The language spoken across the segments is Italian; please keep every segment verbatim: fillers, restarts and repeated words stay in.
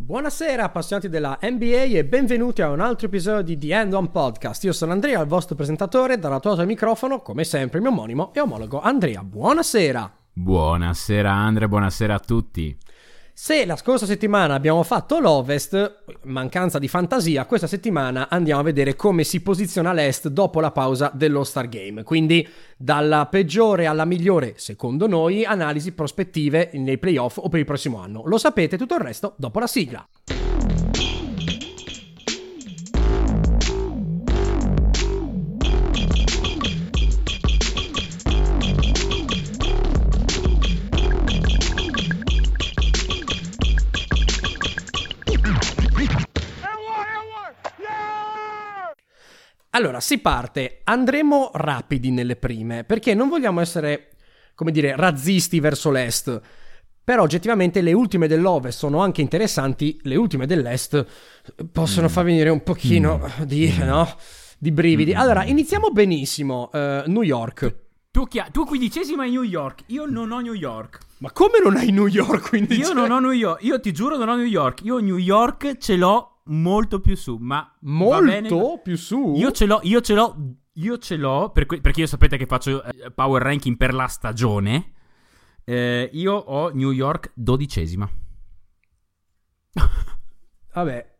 Buonasera appassionati della N B A e benvenuti a un altro episodio di The End One Podcast. Io sono Andrea, il vostro presentatore, dall'altro microfono, come sempre, il mio omonimo e omologo Andrea. Buonasera. Buonasera Andrea, buonasera a tutti. Se la scorsa settimana abbiamo fatto l'Ovest, mancanza di fantasia, questa settimana andiamo a vedere come si posiziona l'Est dopo la pausa dell'All-Star Game. Quindi dalla peggiore alla migliore, secondo noi, analisi prospettive nei playoff o per il prossimo anno. Lo sapete, tutto il resto dopo la sigla. Allora, si parte, andremo rapidi nelle prime, perché non vogliamo essere, come dire, razzisti verso l'Est, però oggettivamente le ultime dell'Ovest sono anche interessanti, le ultime dell'Est possono mm. far venire un pochino mm. di, no, di brividi. Allora, iniziamo benissimo, uh, New York. Tu, chi ha, tu quindicesima in New York, io non ho New York. Ma come non hai New York quindicesima? Io non ho New York, io ti giuro non ho New York, io New York ce l'ho molto più su, ma molto bene, più su? Io ce l'ho, io ce l'ho, io ce l'ho per que- perché io sapete che faccio eh, power ranking per la stagione. Eh, io ho New York dodicesima. Vabbè,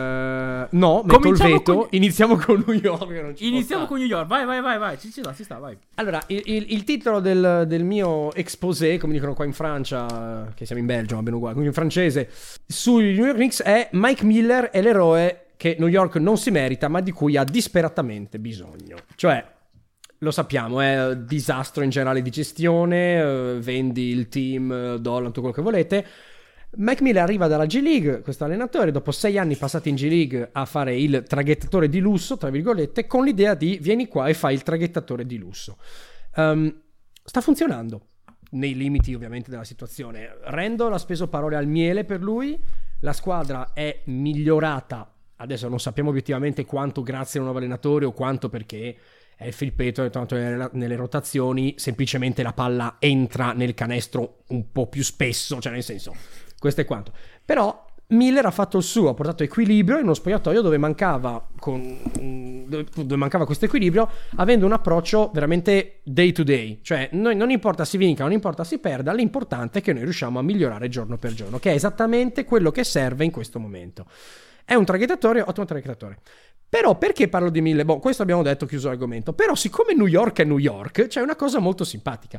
uh, no, metto Cominciamo il veto. Con... Iniziamo con New York. Non ci Iniziamo con New York. Vai, vai, vai, vai. Ci, ci sta, ci sta, vai. Allora, il, il, il titolo del, del mio exposé, come dicono qua in Francia, che siamo in Belgio, ma bene uguale, quindi in francese, sui New York Knicks è Mike Miller è l'eroe che New York non si merita, ma di cui ha disperatamente bisogno. Cioè, lo sappiamo, è un disastro in generale di gestione, vendi il team, Dolan, tutto quello che volete. Mike Miller arriva dalla G League, questo allenatore, dopo sei anni passati in G League a fare il traghettatore di lusso, tra virgolette, con l'idea di vieni qua e fai il traghettatore di lusso. Um, sta funzionando, nei limiti ovviamente della situazione. Randall ha speso parole al miele per lui, la squadra è migliorata, adesso non sappiamo obiettivamente quanto grazie a un nuovo allenatore o quanto perché è il filpetto è tornato nelle, nelle rotazioni, semplicemente la palla entra nel canestro un po' più spesso, cioè nel senso... Questo è quanto. Però Miller ha fatto il suo, ha portato equilibrio in uno spogliatoio dove mancava con, dove, dove mancava questo equilibrio, avendo un approccio veramente day to day. Cioè noi, non importa si vinca, non importa si perda, l'importante è che noi riusciamo a migliorare giorno per giorno, che è esattamente quello che serve in questo momento. È un traghettatore, ottimo traghettatore. Però perché parlo di Miller? Boh, questo abbiamo detto, chiuso l'argomento. Però siccome New York è New York, c'è una cosa molto simpatica.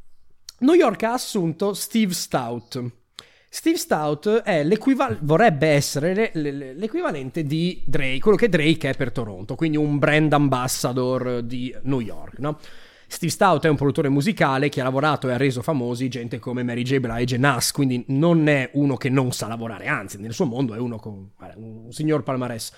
New York ha assunto Steve Stout. Steve Stout è l'equivalente, vorrebbe essere l'equivalente di Drake, quello che Drake è per Toronto, quindi un brand ambassador di New York, no? Steve Stout è un produttore musicale che ha lavorato e ha reso famosi gente come Mary J. Blige e Nas, quindi non è uno che non sa lavorare, anzi nel suo mondo è uno con un signor palmarès.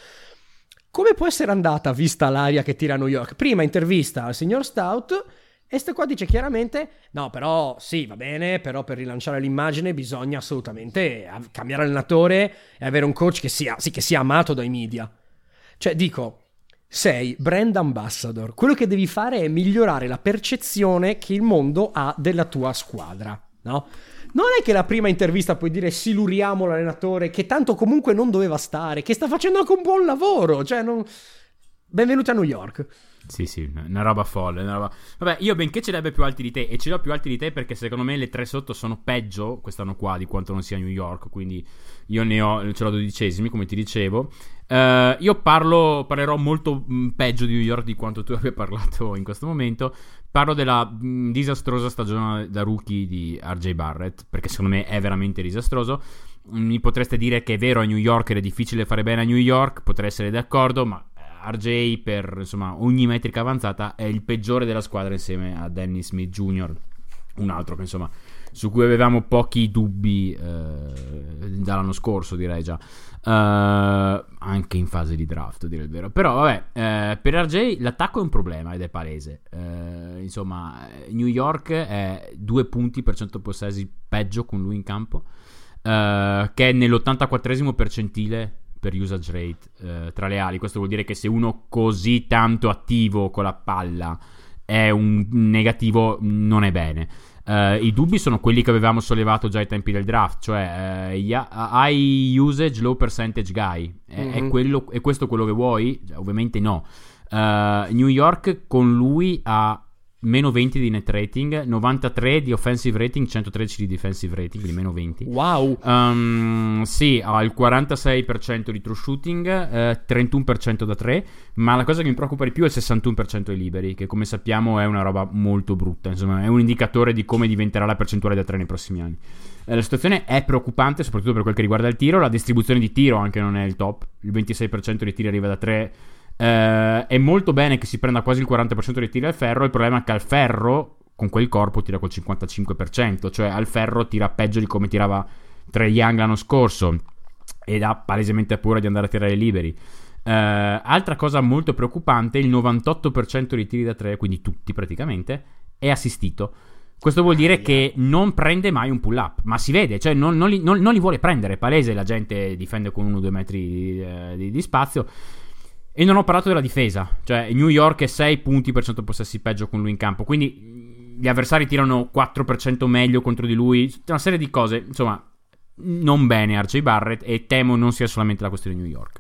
Come può essere andata vista l'aria che tira a New York? Prima intervista al signor Stout e sto qua dice chiaramente no, però sì, va bene, però per rilanciare l'immagine bisogna assolutamente cambiare allenatore e avere un coach che sia, sì, che sia amato dai media. Cioè dico, sei brand ambassador, quello che devi fare è migliorare la percezione che il mondo ha della tua squadra, no? Non è che la prima intervista puoi dire siluriamo l'allenatore che tanto comunque non doveva stare, che sta facendo anche un buon lavoro, cioè non... Benvenuti a New York. Sì, sì, una roba folle, una roba... Vabbè, io benché ce l'abbia più alti di te, e ce l'ho più alti di te perché secondo me le tre sotto sono peggio quest'anno qua di quanto non sia New York, quindi io ne ho, ce l'ho dodicesimi, come ti dicevo. Uh, io parlo, parlerò molto mh, peggio di New York di quanto tu abbia parlato in questo momento. Parlo della mh, disastrosa stagione da rookie di R J Barrett, perché secondo me è veramente disastroso. Mi potreste dire che è vero, a New York era difficile fare bene a New York, potrei essere d'accordo, ma R J per insomma ogni metrica avanzata è il peggiore della squadra insieme a Dennis Smith Junior, un altro che insomma su cui avevamo pochi dubbi eh, dall'anno scorso, direi già, eh, anche in fase di draft, a dire il vero. Però vabbè, eh, per R J l'attacco è un problema ed è palese, eh, insomma New York è due punti per cento possessi peggio con lui in campo, eh, che è nell'ottantaquattresimo percentile per usage rate eh, tra le ali. Questo vuol dire che se uno così tanto attivo con la palla è un negativo, non è bene. Uh, I dubbi sono quelli che avevamo sollevato già ai tempi del draft, cioè uh, high usage, low percentage guy. È, mm-hmm. è, quello, è questo quello che vuoi? Ovviamente no. Uh, New York con lui ha meno venti di net rating, novantatré di offensive rating, centotredici di defensive rating, di meno venti. Wow. Um, sì, ha il quarantasei per cento di true shooting, eh, trentuno per cento da tre, ma la cosa che mi preoccupa di più è il sessantuno per cento ai liberi, che come sappiamo è una roba molto brutta, insomma è un indicatore di come diventerà la percentuale da tre nei prossimi anni. Eh, la situazione è preoccupante, soprattutto per quel che riguarda il tiro, la distribuzione di tiro anche non è il top, il ventisei per cento dei tiri arriva da tre. Uh, è molto bene che si prenda quasi il quaranta per cento dei tiri al ferro. Il problema è che al ferro con quel corpo tira col cinquantacinque per cento, cioè al ferro tira peggio di come tirava Trae Young l'anno scorso ed ha palesemente paura di andare a tirare liberi. Uh, altra cosa molto preoccupante, il novantotto per cento dei tiri da tre, quindi tutti praticamente, è assistito. Questo vuol dire che non prende mai un pull up, ma si vede, cioè non, non, li, non, non li vuole prendere. Palese, la gente difende con uno o due metri di, di, di spazio. E non ho parlato della difesa, cioè New York è sei punti per cento possessi peggio con lui in campo, quindi gli avversari tirano quattro per cento meglio contro di lui, una serie di cose, insomma, non bene R J Barrett, e temo non sia solamente la questione di New York.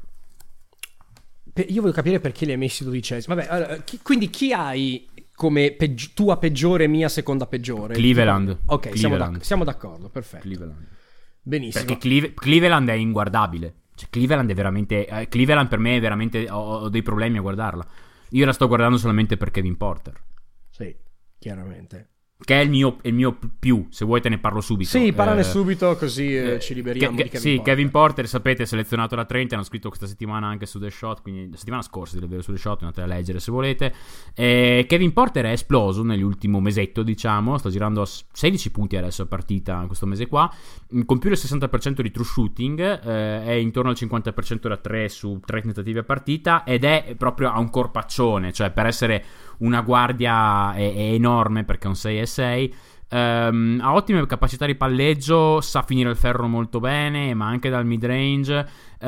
Io voglio capire perché li hai messi dodicesimi. Vabbè, allora, chi, quindi chi hai come peggi- tua peggiore e mia seconda peggiore? Cleveland. Ok, Cleveland. Siamo, d'ac- siamo d'accordo, perfetto. Cleveland. Benissimo. Perché Cleve- Cleveland è inguardabile. Cioè, Cleveland è veramente eh, Cleveland per me è veramente ho, ho dei problemi a guardarla. Io la sto guardando solamente per Kevin Porter. Sì, chiaramente. Che è il mio, il mio più, se vuoi te ne parlo subito. Sì, parlane eh, subito così eh, ci liberiamo che, di Kevin sì, Porter. Kevin Porter, sapete, selezionato da Trent, hanno scritto questa settimana anche su The Shot, quindi la settimana scorsa su The Shot, andate a leggere se volete. Eh, Kevin Porter è esploso nell'ultimo mesetto, diciamo, sta girando a sedici punti adesso a partita in questo mese qua, con più del sessanta per cento di true shooting, eh, è intorno al cinquanta per cento da tre su tre tentativi a partita, ed è proprio a un corpaccione, cioè per essere una guardia è, è enorme perché è un sei e sei. Um, ha ottime capacità di palleggio, sa finire il ferro molto bene, ma anche dal mid range.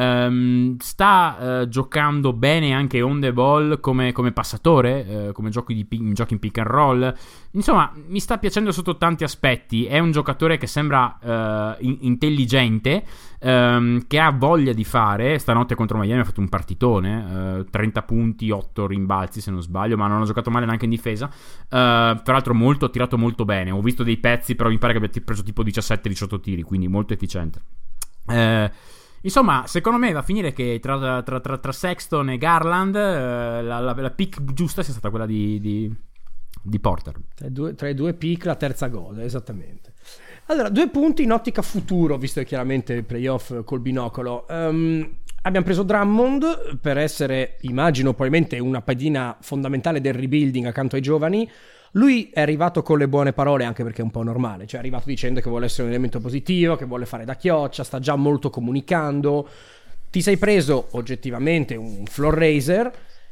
Um, sta uh, giocando bene anche on the ball come, come passatore, uh, come giochi, di, giochi in pick and roll. Insomma, mi sta piacendo sotto tanti aspetti. È un giocatore che sembra uh, in- intelligente, um, che ha voglia di fare. Stanotte contro Miami ha fatto un partitone, uh, trenta punti, otto rimbalzi se non sbaglio, ma non ha giocato male neanche in difesa. Uh, peraltro molto, ha tirato molto bene. Ho visto dei pezzi, però mi pare che abbia preso tipo diciassette diciotto tiri, quindi molto efficiente. Uh, Insomma, secondo me va a finire che tra, tra, tra, tra Sexton e Garland eh, la, la, la pick giusta sia stata quella di, di, di Porter. Tra i, due, tra i due pick la terza gol, esattamente. Allora, due punti in ottica futuro, visto che chiaramente playoff col binocolo. Um, abbiamo preso Drummond per essere, immagino, probabilmente una pedina fondamentale del rebuilding accanto ai giovani. Lui è arrivato con le buone parole, anche perché è un po' normale, cioè è arrivato dicendo che vuole essere un elemento positivo, che vuole fare da chioccia, sta già molto comunicando. Ti sei preso oggettivamente un floor raiser,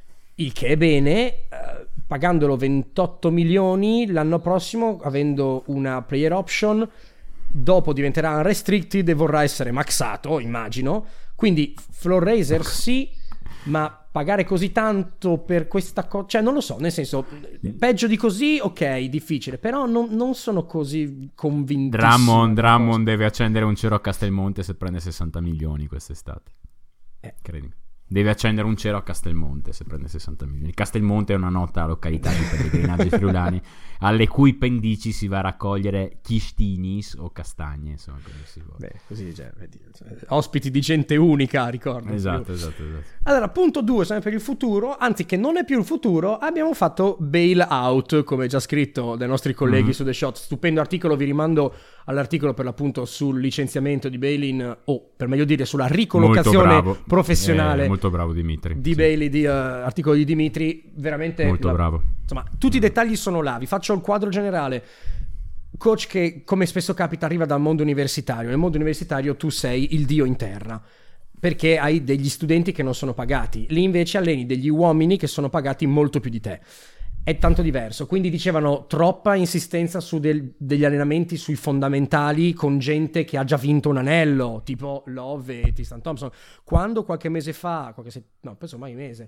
il che è bene, eh, pagandolo ventotto milioni l'anno prossimo, avendo una player option, dopo diventerà unrestricted e vorrà essere maxato, immagino. Quindi floor raiser sì, ma pagare così tanto per questa cosa, cioè non lo so, nel senso, peggio di così, ok, difficile, però non, non sono così convintissimo. Drummond, Drummond deve accendere un cero a Castelmonte se prende sessanta milioni quest'estate, eh. credimi. Deve accendere un cero a Castelmonte se prende sessanta milioni. Castelmonte è una nota località di pellegrinaggi friulani alle cui pendici si va a raccogliere chistinis o castagne, insomma, come si vuole. Beh, così cioè, vedi, ospiti di gente unica, ricordo. Esatto, esatto, esatto. Allora, punto due, sempre per il futuro, anzi che non è più il futuro, abbiamo fatto bail out, come già scritto dai nostri colleghi mm-hmm. su The Shot. Stupendo articolo, vi rimando all'articolo per l'appunto sul licenziamento di Bailey, o per meglio dire sulla ricollocazione professionale. Eh, molto bravo Dimitri. Di sì. Bailey, di, uh, articolo di Dimitri, veramente molto la, bravo. Insomma, tutti i dettagli sono là. Vi faccio il quadro generale. Coach che, come spesso capita, arriva dal mondo universitario. Nel mondo universitario tu sei il dio in terra, perché hai degli studenti che non sono pagati. Lì invece alleni degli uomini che sono pagati molto più di te. È tanto diverso, quindi dicevano troppa insistenza su del, degli allenamenti sui fondamentali con gente che ha già vinto un anello, tipo Love e Tristan Thompson, quando qualche mese fa, qualche se- no, penso mai mese,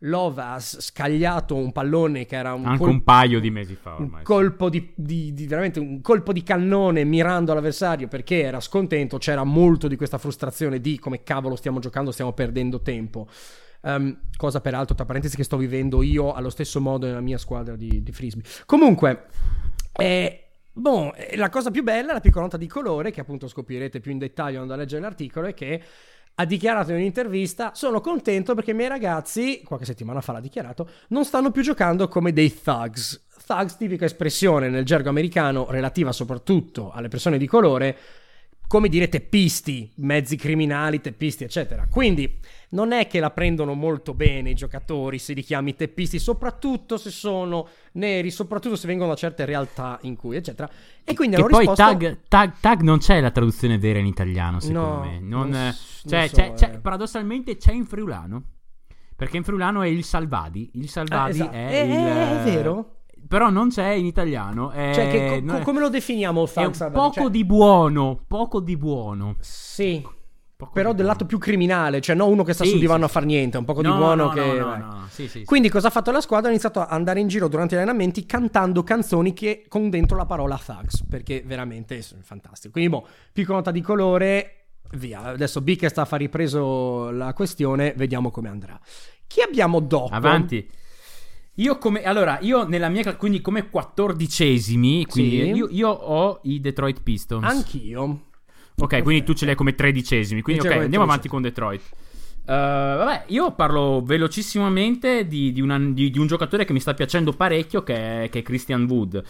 Love ha scagliato un pallone che era un anche col- un paio di mesi fa ormai, un colpo di, di, di veramente un colpo di cannone mirando all'avversario perché era scontento. C'era molto di questa frustrazione di come cavolo stiamo giocando, stiamo perdendo tempo. Um, cosa peraltro, tra parentesi, che sto vivendo io allo stesso modo nella mia squadra di, di frisbee. Comunque eh, Bon, la cosa più bella, la piccola nota di colore, che appunto scoprirete più in dettaglio andando a leggere l'articolo, è che ha dichiarato in un'intervista: sono contento perché i miei ragazzi, qualche settimana fa l'ha dichiarato, non stanno più giocando come dei thugs. Thugs, tipica espressione nel gergo americano relativa soprattutto alle persone di colore, come dire teppisti, mezzi criminali, teppisti, eccetera. Quindi non è che la prendono molto bene i giocatori se li chiami teppisti, soprattutto se sono neri, soprattutto se vengono da certe realtà in cui, eccetera. E quindi che hanno poi risposto... tag, tag, tag non c'è la traduzione vera in italiano, secondo No, me. Non, non, cioè, non so, c'è, c'è, eh. paradossalmente c'è in friulano. Perché in friulano è il salvadi. Il salvadi Ah, esatto. è, è, il, è vero? Però non c'è in italiano. È, Cioè, che, co- non è- come lo definiamo il è thug un salvati? poco Cioè, di buono. Poco di buono. sì, Poco però di del buono. lato più criminale, cioè non uno che sta Sì, sul divano sì, a far niente, un poco No, di buono no, che... no, no, vai. no. Sì, sì, sì. Quindi cosa ha fatto la squadra? Ha iniziato ad andare in giro durante gli allenamenti cantando canzoni che con dentro la parola thugs, perché veramente è fantastico. Quindi boh, piccola nota di colore, via. Adesso Bickers sta a far ripreso la questione, vediamo come andrà. Chi abbiamo dopo? Avanti. Io come allora, io nella mia cla- quindi come quattordicesimi, quindi Sì. io, io ho i Detroit Pistons. Anch'io. Ok, quindi tu ce l'hai come tredicesimi. Quindi Io ce ok, l'ho come andiamo avanti con Detroit. Uh, vabbè, io parlo velocissimamente di, di, una- di- di un giocatore che mi sta piacendo parecchio, che è, che è Christian Wood.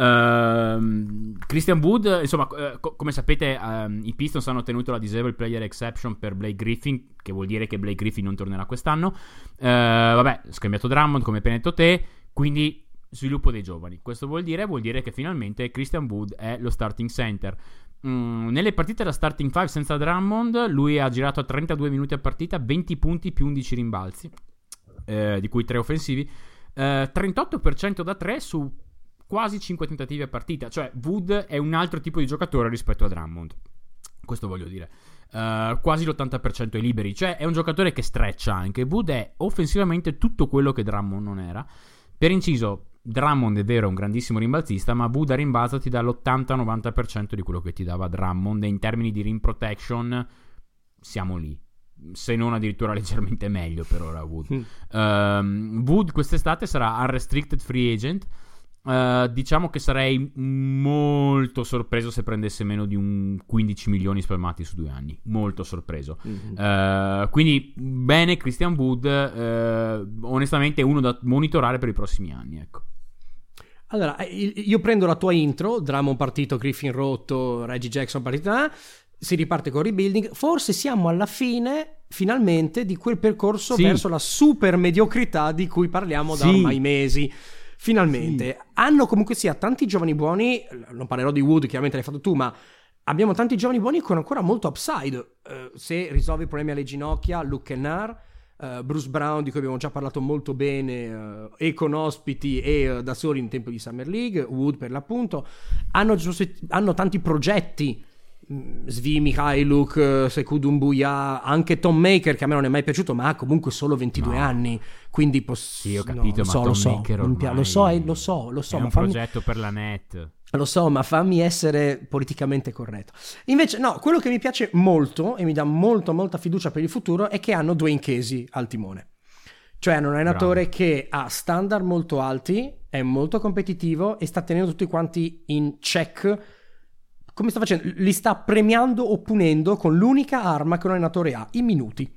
Uh, Christian Wood, insomma, uh, co- come sapete, um, i Pistons hanno ottenuto la Disabled Player Exception per Blake Griffin, che vuol dire che Blake Griffin non tornerà quest'anno. Uh, vabbè, scambiato Drummond, come appena detto te, quindi sviluppo dei giovani. Questo vuol dire, vuol dire che finalmente Christian Wood è lo starting center. Mm, nelle partite da starting five senza Drummond, lui ha girato a trentadue minuti a partita, venti punti più undici rimbalzi, eh, di cui tre offensivi, eh, trentotto per cento da tre su quasi cinque tentativi a partita. Cioè Wood è un altro tipo di giocatore rispetto a Drummond, questo voglio dire. Uh, quasi l'ottanta per cento ai liberi, cioè è un giocatore che streccia anche. Wood è offensivamente tutto quello che Drummond non era. Per inciso, Drummond è vero, è un grandissimo rimbalzista, ma Wood a rimbalzo ti dà l'ottanta novanta per cento di quello che ti dava Drummond, e in termini di rim protection siamo lì, se non addirittura leggermente meglio per ora Wood. Mm. uh, Wood quest'estate sarà unrestricted free agent. Uh, diciamo che sarei molto sorpreso se prendesse meno di un quindici milioni spalmati su due anni, molto sorpreso. Mm-hmm. Uh, quindi bene Christian Wood, uh, onestamente è uno da monitorare per i prossimi anni, ecco. Allora, io prendo la tua intro, Drummond partito, Griffin rotto, Reggie Jackson partito, eh, si riparte con il rebuilding. Forse siamo alla fine, finalmente, di quel percorso sì. verso la super mediocrità di cui parliamo da sì. ormai mesi. Finalmente. Sì. Hanno comunque sia tanti giovani buoni, non parlerò di Wood, chiaramente l'hai fatto tu, ma abbiamo tanti giovani buoni con ancora molto upside. Uh, se risolvi i problemi alle ginocchia, Luke Kennard, Uh, Bruce Brown, di cui abbiamo già parlato molto bene, uh, e con ospiti e uh, da soli in tempo di Summer League. Wood per l'appunto hanno, hanno tanti progetti, mm, Svi Mikhailuk, uh, Sekou Doumbouya, anche Tom Maker, che a me non è mai piaciuto, ma ha comunque solo ventidue no. anni, quindi poss- sì, ho capito, no, ma so, Tom lo so, Maker lo so, lo so, eh, lo so, lo so è ma un fammi... progetto per la net. Lo so, ma fammi essere politicamente corretto. Invece, no, quello che mi piace molto e mi dà molto, molta fiducia per il futuro è che hanno Dwayne Casey al timone. Cioè hanno un allenatore Bravo. che ha standard molto alti, è molto competitivo e sta tenendo tutti quanti in check. Come sta facendo? Li sta premiando o punendo con l'unica arma che un allenatore ha, i minuti.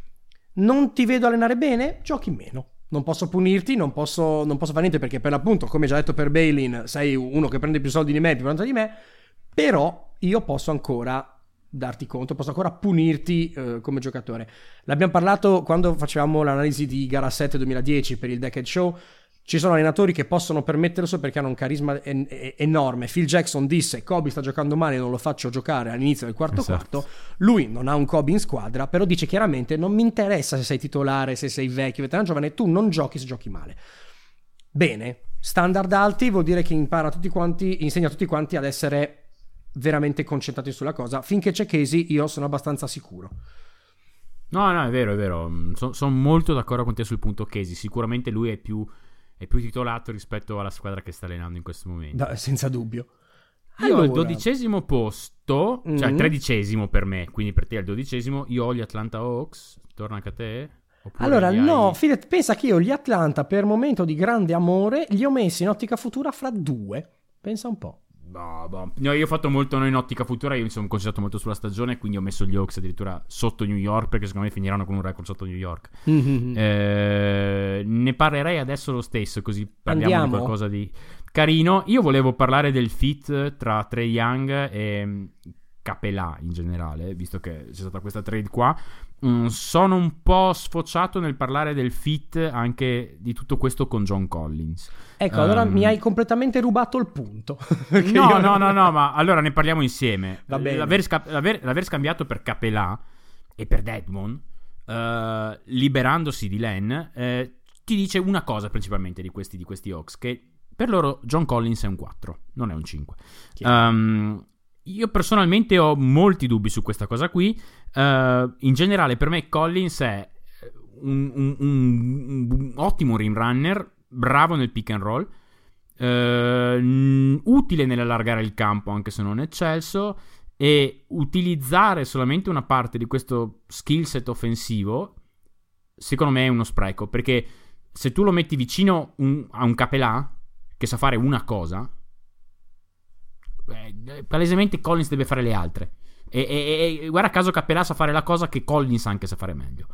Non ti vedo allenare bene? Giochi meno. Non posso punirti, non posso, non posso fare niente perché per l'appunto, come già detto per Bailin, sei uno che prende più soldi di me, più vantaggio di me, però io posso ancora darti conto, posso ancora punirti eh, come giocatore. L'abbiamo parlato quando facevamo l'analisi di gara sette duemiladieci per il Decade Show. Ci sono allenatori che possono permetterselo perché hanno un carisma en- en- enorme. Phil Jackson disse: Kobe sta giocando male, non lo faccio giocare all'inizio del quarto esatto. quarto. Lui non ha un Kobe in squadra, però dice chiaramente: non mi interessa se sei titolare, se sei vecchio, veterano giovane, tu non giochi se giochi male. Bene, standard alti vuol dire che impara tutti quanti, insegna a tutti quanti ad essere veramente concentrati sulla cosa. Finché c'è Casey io sono abbastanza sicuro. No, no, è vero, è vero. Sono son molto d'accordo con te sul punto Casey. Sicuramente lui è più, è più titolato rispetto alla squadra che sta allenando in questo momento. Da, senza dubbio. Io Allora. al dodicesimo posto, Mm. cioè tredicesimo per me, quindi per te è il dodicesimo. Io ho gli Atlanta Hawks. Torna anche a te? Oppure Allora, li no, hai- fidati, pensa che io gli Atlanta, per momento di grande amore, li ho messi in ottica futura fra due. Pensa un po'. Boh, boh. No, io ho fatto molto no, in ottica futura. Io mi sono concentrato molto sulla stagione, quindi ho messo gli Hawks addirittura sotto New York, perché secondo me finiranno con un record sotto New York. Mm-hmm. Eh, ne parlerei adesso lo stesso, così parliamo Andiamo. di qualcosa di carino. Io volevo parlare del fit tra Trae Young e mm, Capelà in generale, visto che c'è stata questa trade qua. Mm, sono un po' sfociato nel parlare del fit anche di tutto questo con John Collins. Ecco, allora Um, mi hai completamente rubato il punto. Perché No, io- no, no, no, ma allora ne parliamo insieme. Va bene. L'aver, sca- l'aver- l'aver scambiato per Capelà e per Dedmon, eh, liberandosi di Len, eh, ti dice una cosa principalmente di questi, di questi Hawks, che per loro John Collins è un quattro, non è un cinque. Chiaro. Um, io personalmente ho molti dubbi su questa cosa qui. Uh, in generale per me Collins è un, un- un- un ottimo rim runner, bravo nel pick and roll, uh, n- utile nell'allargare il campo anche se non eccelso, e utilizzare solamente una parte di questo skill set offensivo secondo me è uno spreco, perché se tu lo metti vicino un- a un Capelà che sa fare una cosa, eh, palesemente Collins deve fare le altre. E, e, e guarda caso Capelà sa fare la cosa che Collins anche sa fare meglio.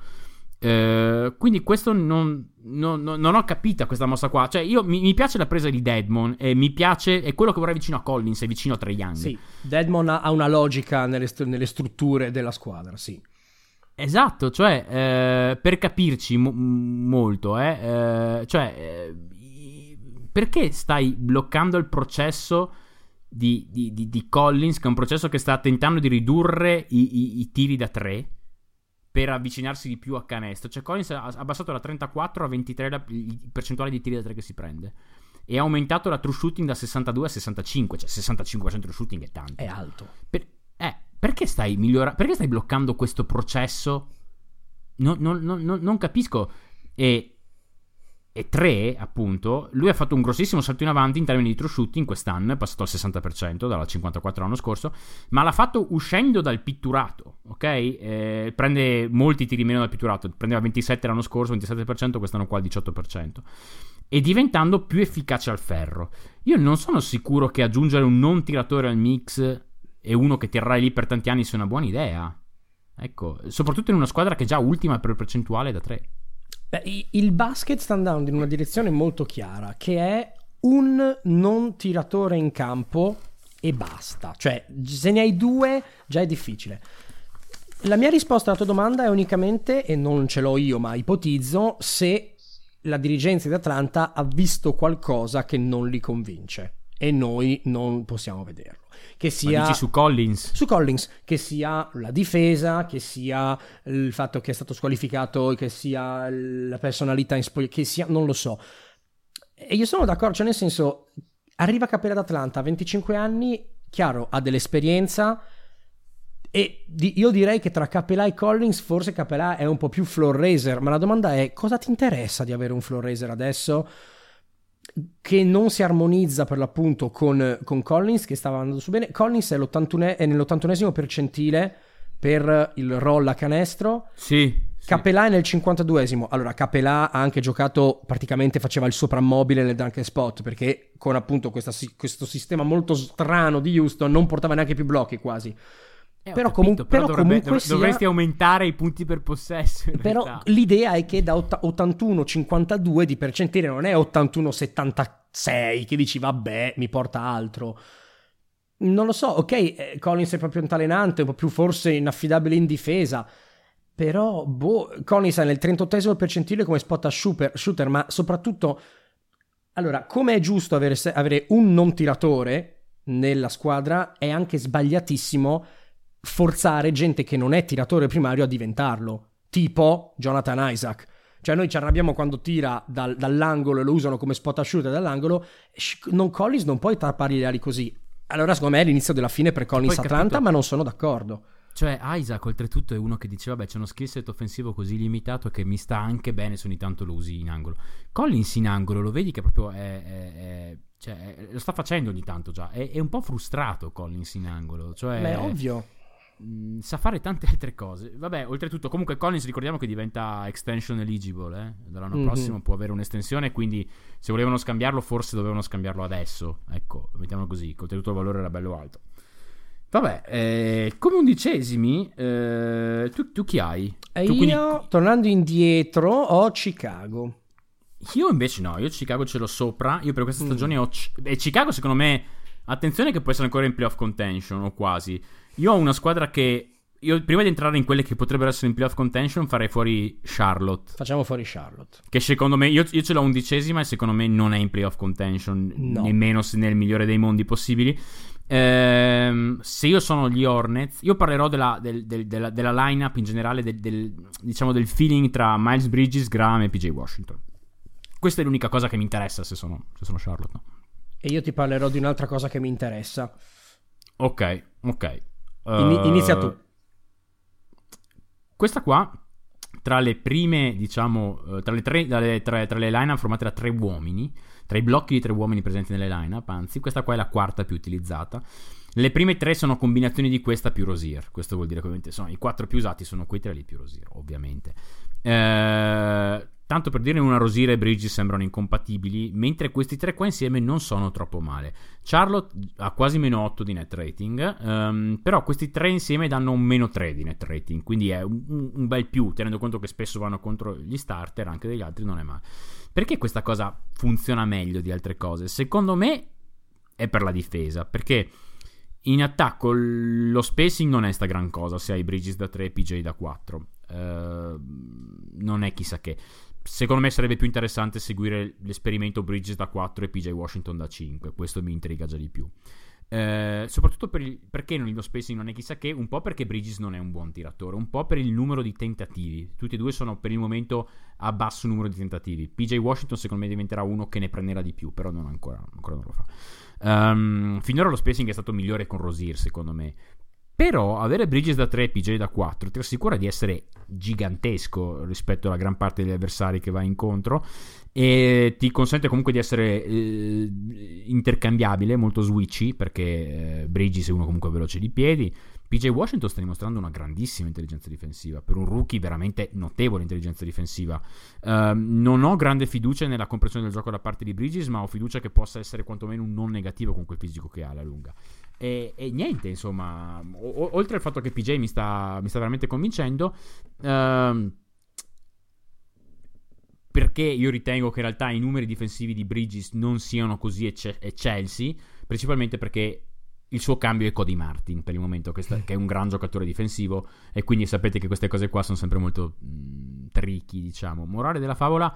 Eh, quindi questo non, non, non, non ho capito questa mossa qua. Cioè io mi, mi piace la presa di Dedmon e mi piace, è quello che vorrei vicino a Collins e vicino a Trae Young. Sì, Dedmon ha ha una logica nelle, st- nelle strutture della squadra, sì. Esatto, cioè eh, per capirci mo- molto, eh, eh, cioè eh, i- perché stai bloccando il processo di, di, di, di Collins, che è un processo che sta tentando di ridurre i, i, i tiri da tre per avvicinarsi di più a canestro? Cioè Collins ha abbassato da trentaquattro a ventitré la il percentuale di tiri da tre che si prende, e ha aumentato la true shooting da sessantadue a sessantacinque, cioè sessantacinque per cento true shooting è tanto. È alto. Per- eh, perché stai migliorando? Perché stai bloccando questo processo? Non, non- non- non- non capisco. E, e tre, appunto, lui ha fatto un grossissimo salto in avanti in termini di true shooting quest'anno, è passato al sessanta per cento dal cinquantaquattro l'anno scorso, ma l'ha fatto uscendo dal pitturato, ok? Eh, prende molti tiri meno dal pitturato, prendeva ventisette l'anno scorso, ventisette per cento, quest'anno qua il diciotto per cento. E diventando più efficace al ferro. Io non sono sicuro che aggiungere un non tiratore al mix e uno che terrai lì per tanti anni sia una buona idea. Ecco, soprattutto in una squadra che è già ultima per percentuale da tre. Beh, i- il basket sta andando in una direzione molto chiara, che è un non tiratore in campo e basta. Cioè, se ne hai due già è difficile. La mia risposta alla tua domanda è unicamente, e non ce l'ho io ma ipotizzo, se la dirigenza di Atlanta ha visto qualcosa che non li convince e noi non possiamo vederlo. Che sia Ma dici su Collins? su Collins, che sia la difesa, che sia il fatto che è stato squalificato, che sia la personalità in spoglia, che sia, non lo so. E io sono d'accordo, cioè nel senso, arriva Capelà d'Atlanta a venticinque anni, chiaro, ha dell'esperienza, e di- io direi che tra Capelà e Collins forse Capelà è un po' più floor raiser, ma la domanda è: cosa ti interessa di avere un floor raiser adesso che non si armonizza per l'appunto con, con Collins, che stava andando su bene? Collins è, l'ottantunesimo è nell'ottantunesimo percentile per il roll a canestro. Sì. sì. Capelà è nel cinquantaduesimo. Allora, Capelà ha anche giocato, praticamente faceva il soprammobile nel dunk and spot, perché con appunto questa, questo sistema molto strano di Houston non portava neanche più blocchi quasi. Eh, ho Però, capito, comunque, però però dovrebbe- comunque dov- sia... dovresti aumentare i punti per possesso in Però realtà. l'idea è che da ott- ottantuno cinquantadue di percentile non è ottantuno settantasei che dici vabbè mi porta altro. Non lo so, ok, eh, Collins è proprio altalenante, un po' più forse inaffidabile in difesa, però boh, Collins è nel trentottesimo percentile come spot a shooter, shooter ma soprattutto, allora, come è giusto avere, se- avere un non tiratore nella squadra, è anche sbagliatissimo forzare gente che non è tiratore primario a diventarlo, tipo Jonathan Isaac. Cioè noi ci arrabbiamo quando tira dal, dall'angolo e lo usano come spot a shooter dall'angolo. Non Collins non puoi tappargli le ali così. Allora secondo me è l'inizio della fine per Collins poi, Atlanta, capito, ma non sono d'accordo. Cioè Isaac oltretutto è uno che diceva vabbè c'è uno skill set offensivo così limitato che mi sta anche bene se ogni tanto lo usi in angolo. Collins in angolo lo vedi che proprio è, è, è cioè è, lo sta facendo ogni tanto già, è, è un po' frustrato Collins in angolo, cioè Beh, ovvio. mh, sa fare tante altre cose. Vabbè, oltretutto comunque Collins ricordiamo che diventa extension eligible, eh? Dall'anno Mhm. prossimo può avere un'estensione, quindi se volevano scambiarlo forse dovevano scambiarlo adesso, ecco, mettiamolo così, che oltretutto il valore era bello alto. Vabbè, eh, come undicesimi, eh, tu, tu chi hai? E Tu io, quindi- tornando indietro, ho Chicago. io invece no, io Chicago ce l'ho sopra, io per questa Mm. stagione ho... C- e Chicago secondo me, attenzione che può essere ancora in playoff contention o quasi. Io ho una squadra che, io prima di entrare in quelle che potrebbero essere in playoff contention farei fuori Charlotte, Facciamo fuori Charlotte. che secondo me, io, io ce l'ho undicesima e secondo me non è in playoff contention, No. nemmeno se nel migliore dei mondi possibili. Ehm, se io sono gli Hornets, io parlerò della, del, del, della, della lineup in generale, del, del, diciamo del feeling tra Miles Bridges, Graham e P J Washington. Questa è l'unica cosa che mi interessa se sono, se sono Charlotte, no? E io ti parlerò di un'altra cosa che mi interessa. Ok, ok. Ini- Uh, inizia tu. Questa qua, tra le prime, diciamo, eh, tra le tre, dalle- tra, tra le line-up formate da tre uomini, tra i blocchi di tre uomini presenti nelle line-up, anzi, questa qua è la quarta più utilizzata. Le prime tre sono combinazioni di questa più Rozier. Questo vuol dire che ovviamente sono i quattro più usati, sono quei tre lì più Rozier, ovviamente. Eh, tanto per dire, una Rozier e Bridges sembrano incompatibili, mentre questi tre qua insieme non sono troppo male. Charlotte ha quasi meno otto di net rating, ehm, però questi tre insieme danno un meno tre di net rating, quindi è un, un- un bel più, tenendo conto che spesso vanno contro gli starter, anche degli altri non è male. Perché questa cosa funziona meglio di altre cose? Secondo me è per la difesa, perché in attacco l- lo spacing non è sta gran cosa se hai Bridges da tre e P J da quattro. Eh, non è chissà che. Secondo me sarebbe più interessante seguire l'esperimento Bridges da quattro e P J Washington da cinque. Questo mi intriga già di più. Eh, soprattutto per il, perché non, lo spacing non è chissà che. Un po' perché Bridges non è un buon tiratore, un po' per il numero di tentativi. Tutti e due sono per il momento a basso numero di tentativi. P J Washington secondo me diventerà uno che ne prenderà di più, però non ancora, ancora non lo fa. Um, finora lo spacing è stato migliore con Rozier secondo me, però avere Bridges da tre e P J da quattro ti assicura di essere gigantesco rispetto alla gran parte degli avversari che vai incontro e ti consente comunque di essere eh, intercambiabile, molto switchy, perché eh, Bridges è uno comunque veloce di piedi. P J Washington sta dimostrando una grandissima intelligenza difensiva, per un rookie veramente notevole intelligenza difensiva. Uh, non ho grande fiducia nella comprensione del gioco da parte di Bridges, ma ho fiducia che possa essere quantomeno un non negativo con quel fisico che ha alla lunga. E, e niente, insomma, o, oltre al fatto che P J mi sta, mi sta veramente convincendo, uh, perché io ritengo che in realtà i numeri difensivi di Bridges non siano così ecce- eccelsi, principalmente perché il suo cambio è Cody Martin per il momento, che, sta, che è un gran giocatore difensivo, e quindi sapete che queste cose qua sono sempre molto mh, tricky, diciamo. Morale della favola,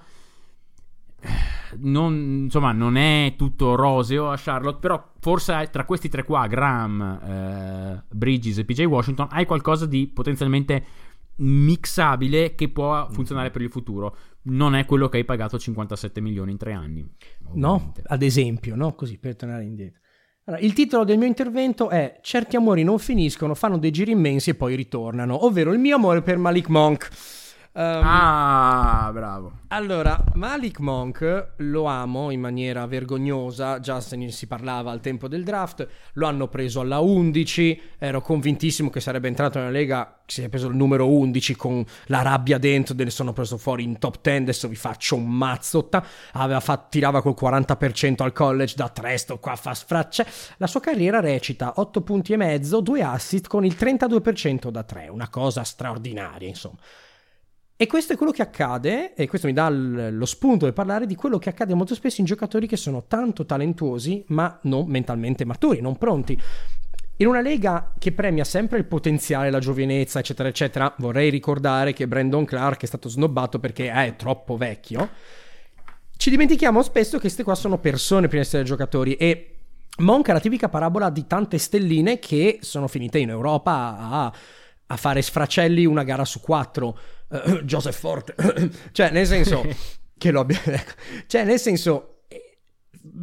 non, insomma, non è tutto roseo a Charlotte, però forse tra questi tre qua, Graham, eh, Bridges e P J Washington, hai qualcosa di potenzialmente mixabile che può funzionare per il futuro. Non è quello che hai pagato cinquantasette milioni in tre anni, ovviamente. No, ad esempio, no? Così per tornare indietro. Allora, il titolo del mio intervento è "Certi amori non finiscono, fanno dei giri immensi e poi ritornano", ovvero il mio amore per Malik Monk. Um, Ah, bravo. Allora, Malik Monk lo amo in maniera vergognosa, già se ne si parlava al tempo del draft, lo hanno preso alla undici, ero convintissimo che sarebbe entrato nella Lega, si è preso il numero undici con la rabbia dentro, ne sono preso fuori in top dieci, adesso vi faccio un mazzo, aveva fatto, tirava col quaranta per cento al college da tre, sto qua fa sfracce. La sua carriera recita otto punti e mezzo, due assist con il trentadue per cento da tre, una cosa straordinaria, insomma. E questo è quello che accade, e questo mi dà l- lo spunto per parlare di quello che accade molto spesso in giocatori che sono tanto talentuosi ma non mentalmente maturi, non pronti. In una lega che premia sempre il potenziale, la giovinezza, eccetera eccetera, vorrei ricordare che Brandon Clark è stato snobbato perché è troppo vecchio. Ci dimentichiamo spesso che queste qua sono persone prima di essere giocatori, e Monk è la tipica parabola di tante stelline che sono finite in Europa a, a fare sfracelli una gara su quattro. Uh, Joseph Forte cioè nel senso che lo abbia cioè nel senso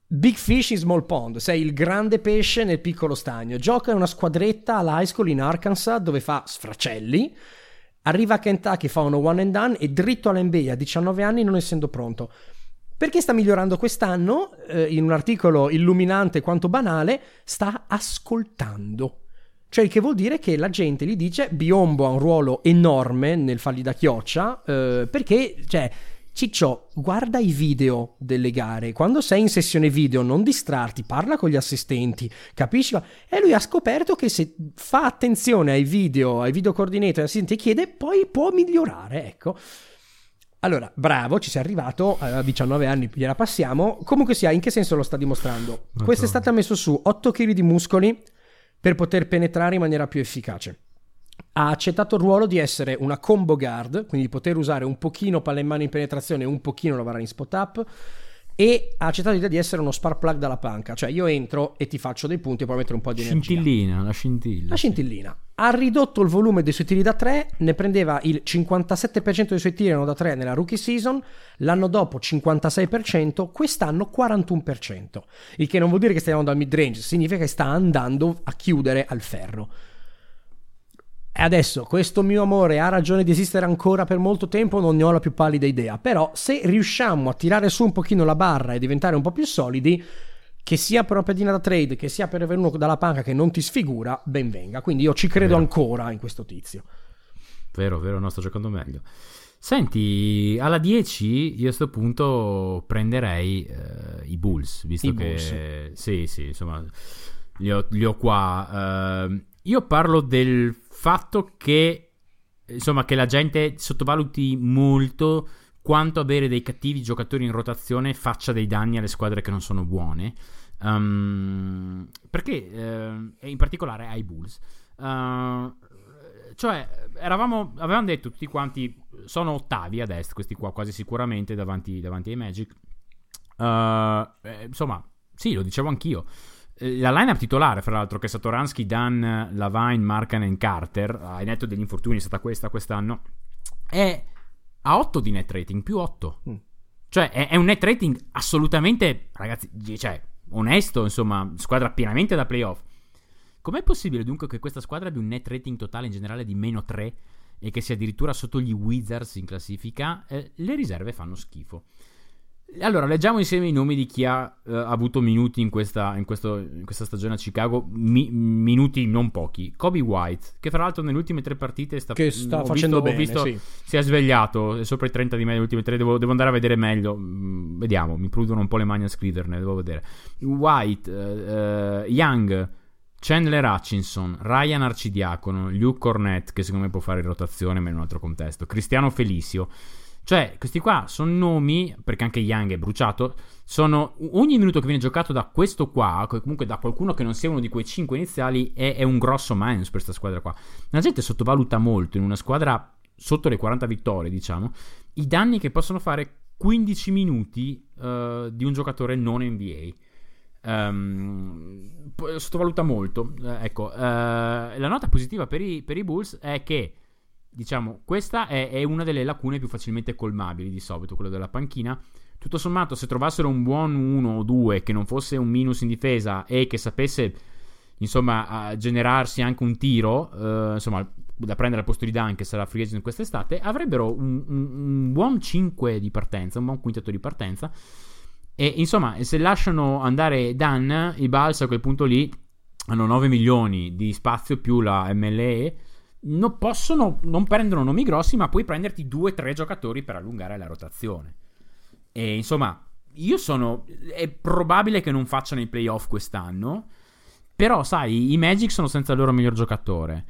Big fish in small pond, sei il grande pesce nel piccolo stagno. Gioca in una squadretta all'high school in Arkansas dove fa sfracelli, arriva a Kentucky, fa uno one and done e dritto all'N B A a diciannove anni non essendo pronto. Perché sta migliorando quest'anno? Eh, in un articolo illuminante quanto banale, sta ascoltando. Cioè il che vuol dire che la gente gli dice Biyombo ha un ruolo enorme nel fargli da chioccia, eh, perché, cioè, Ciccio, guarda i video delle gare, quando sei in sessione video non distrarti, parla con gli assistenti, capisci? E lui ha scoperto che se fa attenzione ai video, ai video coordinator, assistenti, chiede, poi può migliorare, ecco. Allora, bravo, ci sei arrivato, a diciannove anni gliela passiamo. Comunque sia, in che senso lo sta dimostrando? Madonna. Quest'estate ha messo su otto chili di muscoli per poter penetrare in maniera più efficace. Ha accettato il ruolo di essere una combo guard, quindi di poter usare un pochino palla in mano in penetrazione e un pochino lavorare in spot up, e ha accettato l'idea di essere uno spark plug dalla panca, cioè io entro e ti faccio dei punti e puoi mettere un po' di energia. Scintillina, la scintilla. La scintillina. Ha ridotto il volume dei suoi tiri da tre, ne prendeva il cinquantasette per cento dei suoi tiri erano da tre nella rookie season, l'anno dopo cinquantasei per cento, quest'anno quarantuno per cento, il che non vuol dire che stia andando al mid range, significa che sta andando a chiudere al ferro. E adesso questo mio amore ha ragione di esistere ancora per molto tempo? Non ne ho la più pallida idea, però se riusciamo a tirare su un pochino la barra e diventare un po' più solidi, che sia per una pedina da trade, che sia per avere uno dalla panca che non ti sfigura, ben venga. Quindi io ci credo vero. ancora in questo tizio. Vero, vero, no, sto giocando meglio. Senti, alla dieci io a sto punto prenderei eh, i Bulls, visto I che Bulls. sì, sì, insomma li ho, li ho qua. Uh, io parlo del fatto che insomma che la gente sottovaluti molto quanto avere dei cattivi giocatori in rotazione faccia dei danni alle squadre che non sono buone, um, perché uh, in particolare ai Bulls. Uh, cioè eravamo avevamo detto tutti quanti sono ottavi ad est questi qua quasi sicuramente davanti, davanti ai Magic. Uh, eh, insomma sì, lo dicevo anch'io. La lineup titolare, fra l'altro, che è Satoransky, Dunn, Lavine, Markkanen, Carter, ai netto degli infortuni è stata questa quest'anno, è a otto di net rating, più otto. Mm. Cioè è, è un net rating assolutamente, ragazzi, cioè onesto, insomma, squadra pienamente da playoff. Com'è possibile dunque che questa squadra abbia un net rating totale in generale di meno tre e che sia addirittura sotto gli Wizards in classifica? Eh, le riserve fanno schifo. Allora, leggiamo insieme i nomi di chi ha uh, avuto minuti in questa, in, questo, in questa stagione a Chicago, mi, minuti non pochi. Kobe White, che fra l'altro nelle ultime tre partite sta, che sta ho facendo visto, bene, ho visto, sì. Si è svegliato, è sopra i trenta di me nelle ultime tre, devo, devo andare a vedere meglio, mm, vediamo, mi prudono un po' le mani a scriverne, devo vedere. White, uh, uh, Young, Chandler Hutchinson, Ryan Arcidiacono, Luke Cornett, che secondo me può fare in rotazione ma in un altro contesto, Cristiano Felicio. Cioè, questi qua sono nomi, perché anche Young è bruciato, sono ogni minuto che viene giocato da questo qua, comunque da qualcuno che non sia uno di quei cinque iniziali, è, è un grosso minus per questa squadra qua. La gente sottovaluta molto in una squadra sotto le quaranta vittorie, diciamo, i danni che possono fare quindici minuti uh, di un giocatore non N B A. Um, sottovaluta molto. Uh, ecco, uh, la nota positiva per i, per i Bulls è che, diciamo, questa è, è una delle lacune più facilmente colmabili di solito, quello della panchina. Tutto sommato, se trovassero un buon uno o due che non fosse un minus in difesa e che sapesse, insomma, generarsi anche un tiro, eh, insomma, da prendere al posto di Dunn, che sarà free agent quest'estate, avrebbero un, un, un buon cinque di partenza, un buon quintetto di partenza. E insomma, se lasciano andare Dunn, i Bulls a quel punto lì hanno nove milioni di spazio più la M L E. Non possono, non prendono nomi grossi, ma puoi prenderti due o tre giocatori per allungare la rotazione. E insomma, io sono, è probabile che non facciano i playoff quest'anno, però sai, i Magic sono senza il loro miglior giocatore.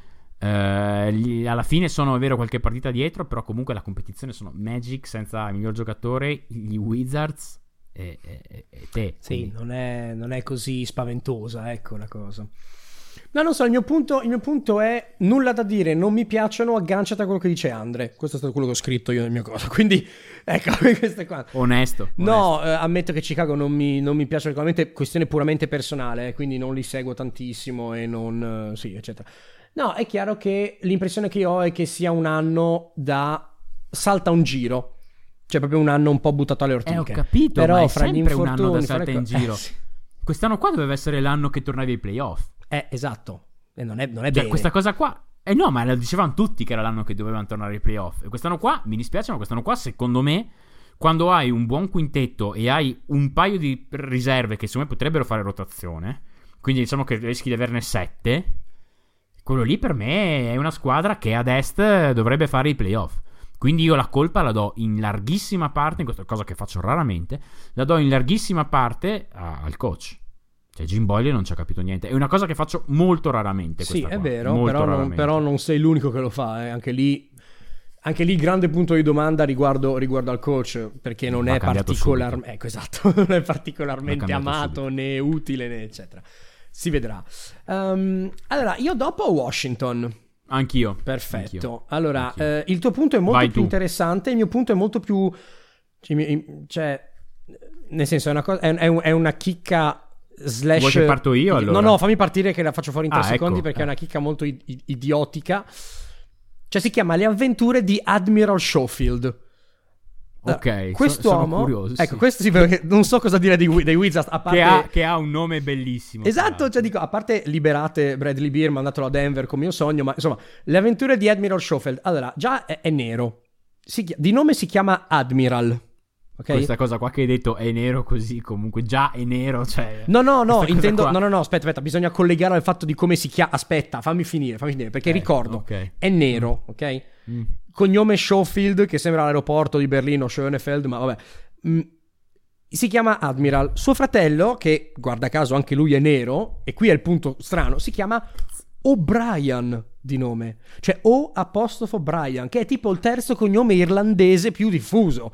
Uh, gli, alla fine sono, è vero, qualche partita dietro, però comunque la competizione sono Magic senza il miglior giocatore, gli Wizards e, e, e te. Sì, non è, non è così spaventosa, ecco la cosa. No, non so, il mio punto, il mio punto è nulla da dire, non mi piacciono, agganciati a quello che dice Andre. Questo è stato quello che ho scritto io nel mio cosa, quindi ecco, questo è qua. Onesto. No, onesto. Eh, ammetto che Chicago non mi, non mi piace particolarmente, questione puramente personale, eh, quindi non li seguo tantissimo e non, eh, sì, eccetera. No, è chiaro che l'impressione che ho è che sia un anno da salta un giro. Cioè proprio un anno un po' buttato alle ortiche. Eh, ho capito, però ma è fra gli sempre un anno da infortuni, fra le salta in co- giro. eh, sì. Quest'anno qua doveva essere l'anno che tornavi ai playoff. Eh, esatto. E non è, non è Cioè, bene. questa cosa qua... Eh no, ma lo dicevano tutti che era l'anno che dovevano tornare ai playoff. E quest'anno qua, mi dispiace, ma quest'anno qua, secondo me, quando hai un buon quintetto e hai un paio di riserve che secondo me potrebbero fare rotazione, quindi diciamo che rischi di averne sette, quello lì per me è una squadra che ad est dovrebbe fare i playoff. Quindi io la colpa la do in larghissima parte, in questa cosa che faccio raramente, la do in larghissima parte a, al coach. Cioè Jim Boyle non ci ha capito niente. È una cosa che faccio molto raramente. Sì, questa è qua. vero, Molto però non, raramente. però non sei l'unico che lo fa. Eh. Anche lì, anche lì grande punto di domanda riguardo, riguardo al coach, perché non Va è cambiato particolarmente, ecco, esatto, non è Va particolarmente cambiato amato subito. né utile né eccetera. Si vedrà. Um, allora, io dopo ho Washington. Anch'io. Perfetto. Anch'io. Allora, Anch'io. eh, il tuo punto è molto Vai più tu. interessante, il mio punto è molto più... Cioè, nel senso, è una, cosa, è, è un- è una chicca slash... Vuoi che parto io, allora? No, no, fammi partire che la faccio fuori in tre Ah, secondi ecco. perché è Eh. una chicca molto i- i- idiotica. Cioè, si chiama Le avventure di Admiral Schofield. Ok, Allora, so- quest'uomo, sono curioso, sì. ecco, questo sì, perché non so cosa dire di, Wi- dei Wizards, a parte... Che ha, che ha un nome bellissimo. tra Esatto, l'altro. cioè dico, a parte liberate Bradley Beal, mandatelo a Denver come mio sogno, ma insomma, le avventure di Admiral Schofield. Allora, già è, è nero. Si chi- di nome si chiama Admiral. Ok? Questa cosa qua che hai detto è nero così, comunque già è nero, cioè... No, no, no, questa cosa intendo... qua- No, no, no, aspetta, aspetta, bisogna collegare al fatto di come si chiama... Aspetta, fammi finire, fammi finire, perché Eh, ricordo, ok. è nero, ok? Mm. Cognome Schofield, che sembra l'aeroporto di Berlino, Schönefeld, ma vabbè. Mm, si chiama Admiral. Suo fratello, che guarda caso anche lui è nero, e qui è il punto strano, si chiama O'Brien di nome. Cioè O apostrofo Brian, che è tipo il terzo cognome irlandese più diffuso.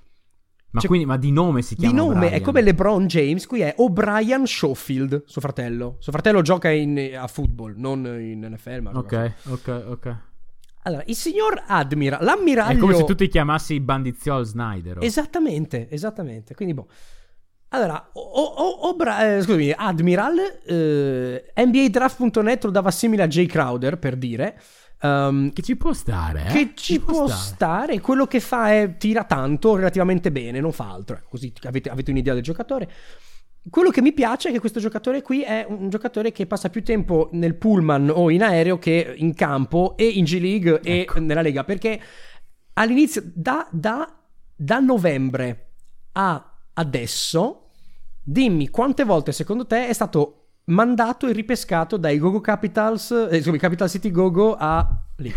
Ma Cioè, quindi, ma di nome si Di chiama nome Brian? è come LeBron James, qui è O'Brien Schofield, suo fratello. Suo fratello gioca in- a football, non in N F L, ma gioca a Ok, ok, ok. Allora, il signor Admiral, l'ammiraglio... È come se tu ti chiamassi Bandiziol Snyder. oh. Esattamente, esattamente. Quindi, boh. Allora, o, o, Obra- eh, scusami, Admiral, eh, N B A Draft punto net lo dava simile a Jay Crowder, per dire. Um, Che ci può stare, eh? che ci può stare. Quello che fa è tira tanto, relativamente bene, non fa altro. Ecco, così avete, avete un'idea del giocatore. Quello che mi piace è che questo giocatore qui è un giocatore che passa più tempo nel pullman o in aereo che in campo e in G League Ecco. e nella Lega, perché all'inizio da, da, da novembre a adesso dimmi quante volte secondo te è stato mandato e ripescato dai Gogo Capitals, eh, scusami, Capital City Gogo a lì.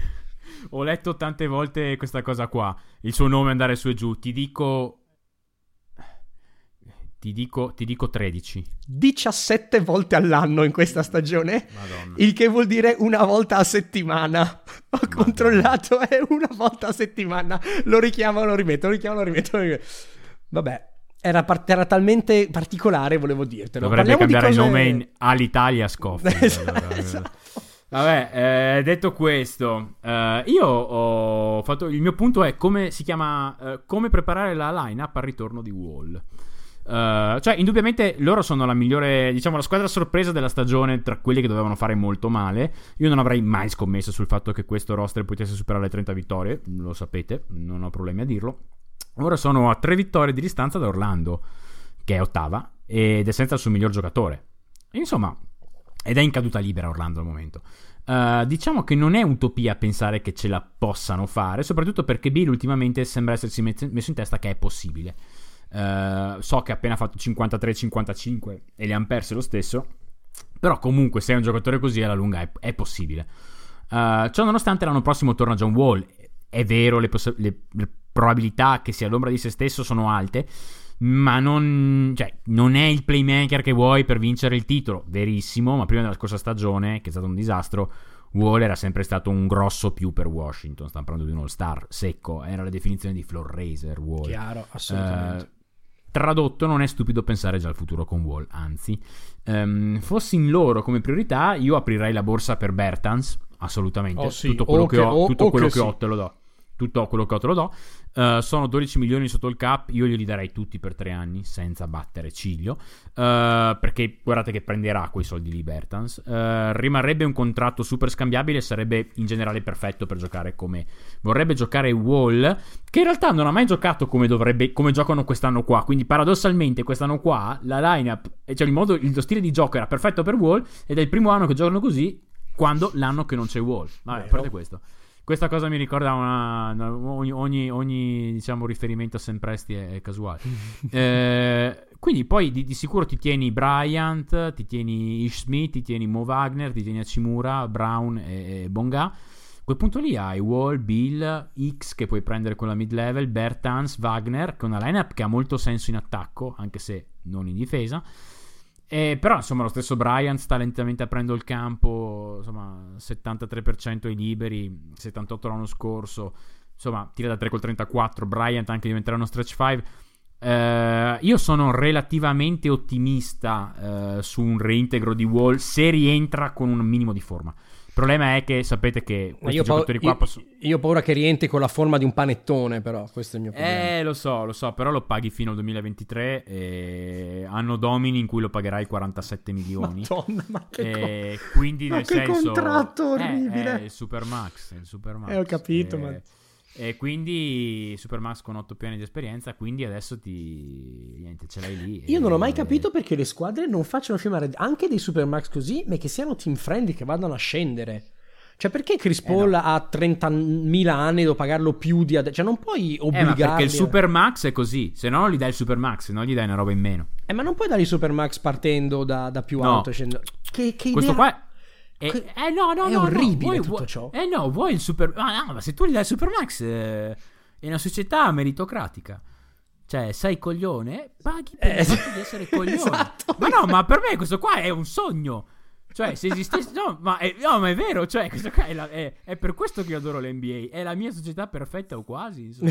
Ho letto tante volte questa cosa qua, il suo nome andare su e giù. Ti dico Ti dico, ti dico tredici. diciassette volte all'anno in questa stagione. Madonna. Il che vuol dire una volta a settimana. Ho Madonna. controllato, è una volta a settimana. Lo richiamo, lo rimetto, lo richiamo, lo rimetto. Lo rimetto. Vabbè, era, par- era talmente particolare, volevo dirtelo. Dovrebbe Parliamo di cambiare cose- nome in Alitalia Scofield. Esatto, esatto. Vabbè, eh, detto questo, eh, io ho fatto. Il mio punto è come si chiama. eh, come preparare la line-up al ritorno di Wall. Uh, cioè, indubbiamente loro sono la migliore, diciamo, la squadra sorpresa della stagione tra quelli che dovevano fare molto male. Io non avrei mai scommesso sul fatto che questo roster potesse superare le trenta vittorie, lo sapete, non ho problemi a dirlo. Ora sono a tre vittorie di distanza da Orlando, che è ottava, ed è senza il suo miglior giocatore. Insomma, ed è in caduta libera Orlando al momento. Uh, diciamo che non è utopia pensare che ce la possano fare, soprattutto perché Bill ultimamente sembra essersi messo in testa che è possibile. Uh, so che ha appena fatto cinquantatré cinquantacinque e le han perse lo stesso, però comunque se è un giocatore così alla lunga è, è possibile. Uh, ciò nonostante l'anno prossimo torna John Wall. È vero, le, poss- le, le probabilità che sia all'ombra di se stesso sono alte, ma non, cioè, non è il playmaker che vuoi per vincere il titolo, verissimo, ma prima della scorsa stagione, che è stato un disastro, Wall era sempre stato un grosso più per Washington. Stiamo parlando di un all-star secco, era la definizione di floor raiser Wall. Chiaro, assolutamente. Uh, Tradotto, non è stupido pensare già al futuro con Wall, anzi, um, fossi in loro come priorità, io aprirei la borsa per Bertans, assolutamente. Oh, sì. Tutto quello Oh, che che- ho, oh, tutto oh, quello che che ho sì. te lo do. tutto quello che ho te lo do. Uh, sono dodici milioni sotto il cap, io glieli darei tutti per tre anni senza battere ciglio, uh, perché guardate che prenderà quei soldi lì Bertans. Uh, rimarrebbe un contratto super scambiabile, sarebbe in generale perfetto per giocare come vorrebbe giocare Wall, che in realtà non ha mai giocato come dovrebbe, come giocano quest'anno qua, quindi paradossalmente quest'anno qua la lineup, cioè il modo, lo stile di gioco era perfetto per Wall, ed è il primo anno che giocano così, quando l'anno che non c'è Wall. Vabbè, a parte questo, questa cosa mi ricorda una, una ogni, ogni, ogni diciamo riferimento a Sam Presti è, è casuale. eh, quindi poi di, di sicuro ti tieni Bryant, ti tieni Ish Smith, ti tieni Mo Wagner, ti tieni Hachimura, Brown e, e Bonga. A quel punto lì hai Wall, Bill, X che puoi prendere con la mid level, Bertans, Wagner, che è una lineup che ha molto senso in attacco, anche se non in difesa. Eh, però insomma lo stesso Bryant sta lentamente aprendo il campo, insomma settantatré per cento ai liberi, settantotto l'anno scorso, insomma tira da tre col trentaquattro. Bryant anche diventerà uno stretch five. eh, io sono relativamente ottimista eh, su un reintegro di Wall se rientra con un minimo di forma. Il problema è che sapete che questi io giocatori paura, qua possono... io ho paura che rientri con la forma di un panettone, però questo è il mio problema. Eh, lo so, lo so, però lo paghi fino al duemilaventitré, e anno domini in cui lo pagherai quarantasette milioni. Madonna, ma che, e co- quindi ma nel che senso, contratto orribile. È, è il Supermax, è il Supermax. Eh, ho capito, e, ma... E quindi Supermax con otto piani di esperienza, quindi adesso ti... niente, ce l'hai lì. Io e... non ho mai capito perché le squadre non facciano firmare anche dei Supermax così, ma che siano team friendly, che vadano a scendere. Cioè, perché Chris Paul eh no. ha trentamila anni e devo pagarlo più di adesso? Cioè, non puoi obbligarli. Eh, ma perché il Supermax è così. Se no, non gli dai il Supermax, se no gli dai una roba in meno. Eh, ma non puoi dare il Supermax partendo da, da più no. alto. Scendendo. Che, che Questo idea... qua è... È, eh, no, no, è no, orribile no. Vuoi, tutto vuoi... ciò. Eh no, vuoi il Super... Ah, no, ma se tu gli dai il Supermax eh, è una società meritocratica. Cioè, sei coglione, paghi per eh, il fatto di essere coglione. Esatto. Ma no, ma per me questo qua è un sogno. Cioè, se esistesse... No, ma è, no, ma è vero. Cioè, questo qua è, la, è, è per questo che io adoro l'N B A. È la mia società perfetta o quasi, insomma.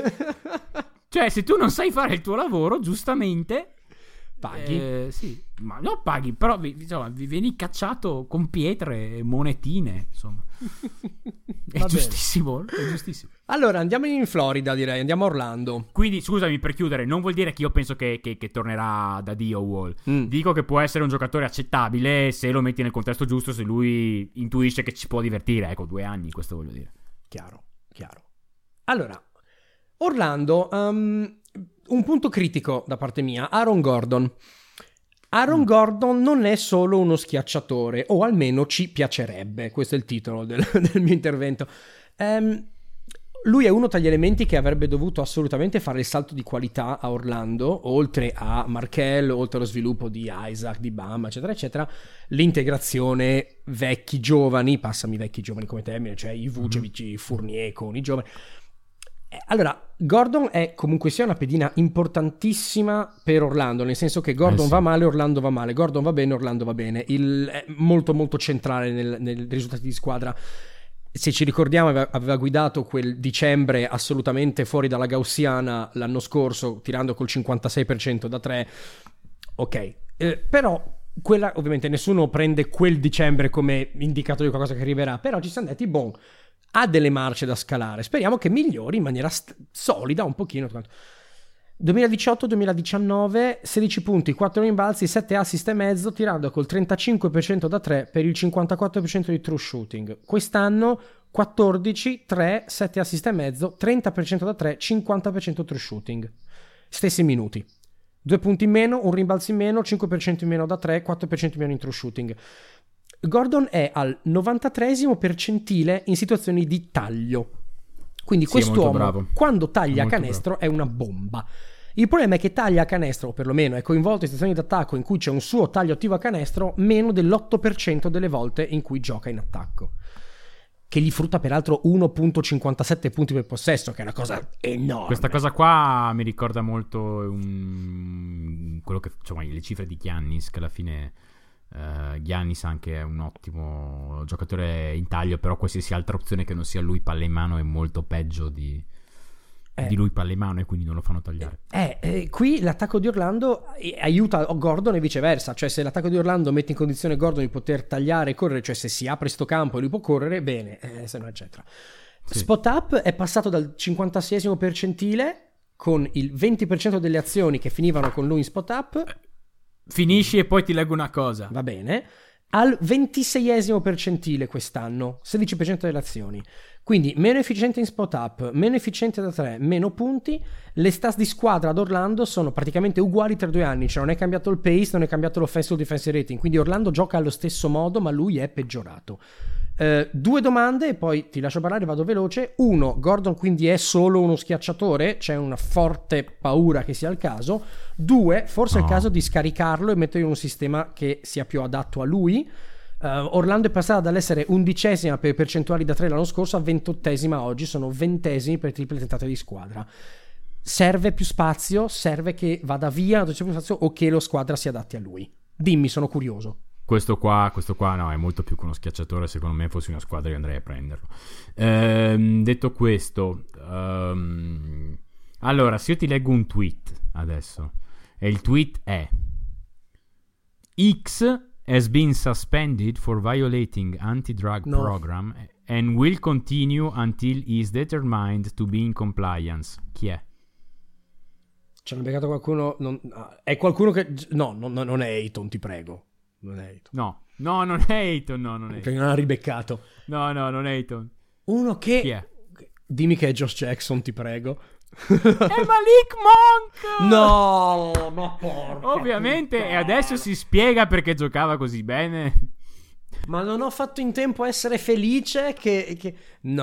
Cioè, se tu non sai fare il tuo lavoro, giustamente... Paghi? Eh, sì, ma non paghi, però insomma, vi vieni cacciato con pietre e monetine, insomma. È giustissimo, è giustissimo. Allora, andiamo in Florida, direi. Andiamo a Orlando. Quindi, scusami, per chiudere, non vuol dire che io penso che, che, che tornerà da Dio Wall. Mm. Dico che può essere un giocatore accettabile se lo metti nel contesto giusto, se lui intuisce che ci può divertire. Ecco, due anni, questo voglio dire. Chiaro, chiaro. Allora, Orlando, um, un punto critico da parte mia, Aaron Gordon. Aaron mm. Gordon non è solo uno schiacciatore, o almeno ci piacerebbe, questo è il titolo del, del mio intervento. Um, lui è uno tra gli elementi che avrebbe dovuto assolutamente fare il salto di qualità a Orlando, oltre a Markelle, oltre allo sviluppo di Isaac, di Bamba, eccetera, eccetera, l'integrazione vecchi giovani, passami vecchi giovani come termine, cioè i Vucevic, i Fournier con i giovani. Allora, Gordon è comunque sia una pedina importantissima per Orlando, nel senso che Gordon eh sì. va male, Orlando va male, Gordon va bene, Orlando va bene. Il, è molto molto centrale nel, nei risultati di squadra. Se ci ricordiamo, aveva, aveva guidato quel dicembre assolutamente fuori dalla gaussiana l'anno scorso, tirando col cinquantasei per cento da tre. Ok, eh, però quella ovviamente nessuno prende quel dicembre come indicatore di qualcosa che arriverà, però ci siamo detti, boh, ha delle marce da scalare, speriamo che migliori in maniera st- solida un pochino. duemiladiciotto duemiladiciannove, sedici punti, quattro rimbalzi, sette assist e mezzo, tirando col trentacinque per cento da tre per il cinquantaquattro per cento di true shooting. Quest'anno quattordici, tre, sette assist e mezzo, trenta per cento da tre, cinquanta per cento true shooting. Stessi minuti. Due punti in meno, un rimbalzo in meno, cinque per cento in meno da tre, quattro per cento in meno in true shooting. Gordon è al novantatreesimo percentile in situazioni di taglio. Quindi sì, quest'uomo quando taglia canestro bravo. È una bomba. Il problema è che taglia a canestro, o perlomeno è coinvolto in situazioni d'attacco in cui c'è un suo taglio attivo a canestro meno dell'otto per cento delle volte in cui gioca in attacco, che gli frutta peraltro uno virgola cinquantasette punti per possesso, che è una cosa enorme. Questa cosa qua mi ricorda molto um, quello che, cioè, le cifre di Giannis, che alla fine uh, Giannis anche è un ottimo giocatore in taglio, però qualsiasi altra opzione che non sia lui palla in mano è molto peggio di, eh. di lui palla in mano, e quindi non lo fanno tagliare. Eh, eh, qui l'attacco di Orlando aiuta Gordon e viceversa, cioè se l'attacco di Orlando mette in condizione Gordon di poter tagliare e correre, cioè se si apre sto campo e lui può correre, bene, eh, se no eccetera. Sì. Spot Up è passato dal cinquantaseiesimo percentile con il venti per cento delle azioni che finivano con lui in Spot Up. Finisci e poi ti leggo una cosa. Va bene. Al ventiseiesimo percentile quest'anno, sedici per cento delle azioni. Quindi meno efficiente in Spot Up, meno efficiente da tre, meno punti. Le stats di squadra ad Orlando sono praticamente uguali tra due anni, cioè non è cambiato il pace, non è cambiato l'offensive defensive rating, quindi Orlando gioca allo stesso modo, ma lui è peggiorato. Uh, due domande e poi ti lascio parlare, vado veloce. Uno, Gordon quindi è solo uno schiacciatore? C'è una forte paura che sia il caso. Due, forse no. è il caso di scaricarlo e mettergli un sistema che sia più adatto a lui. uh, Orlando è passata dall'essere undicesima per percentuali da tre l'anno scorso a ventottesima oggi, sono ventesimi per triple tentate di squadra. Serve più spazio, serve che vada via più spazio, o che lo squadra si adatti a lui. Dimmi, sono curioso. Questo qua, questo qua no, è molto più che uno schiacciatore. Secondo me fossi una squadra io andrei a prenderlo. Ehm, detto questo, um, allora se io ti leggo un tweet adesso, e il tweet è: X has been suspended for violating anti-drug no. program and will continue until he is determined to be in compliance. Chi è? Ci hanno beccato qualcuno? Non, è qualcuno che... No, no, no, non è Ayton, ti prego. Non è Ayton. No, no, non è Ayton, no, non è Perché non ha ribeccato. No, no, non è Ayton. Uno che... Chi è? Dimmi che è Josh Jackson, ti prego. È Malik Monk! No, ma porca Ovviamente, puttana. e adesso si spiega perché giocava così bene. Ma non ho fatto in tempo a essere felice che... che...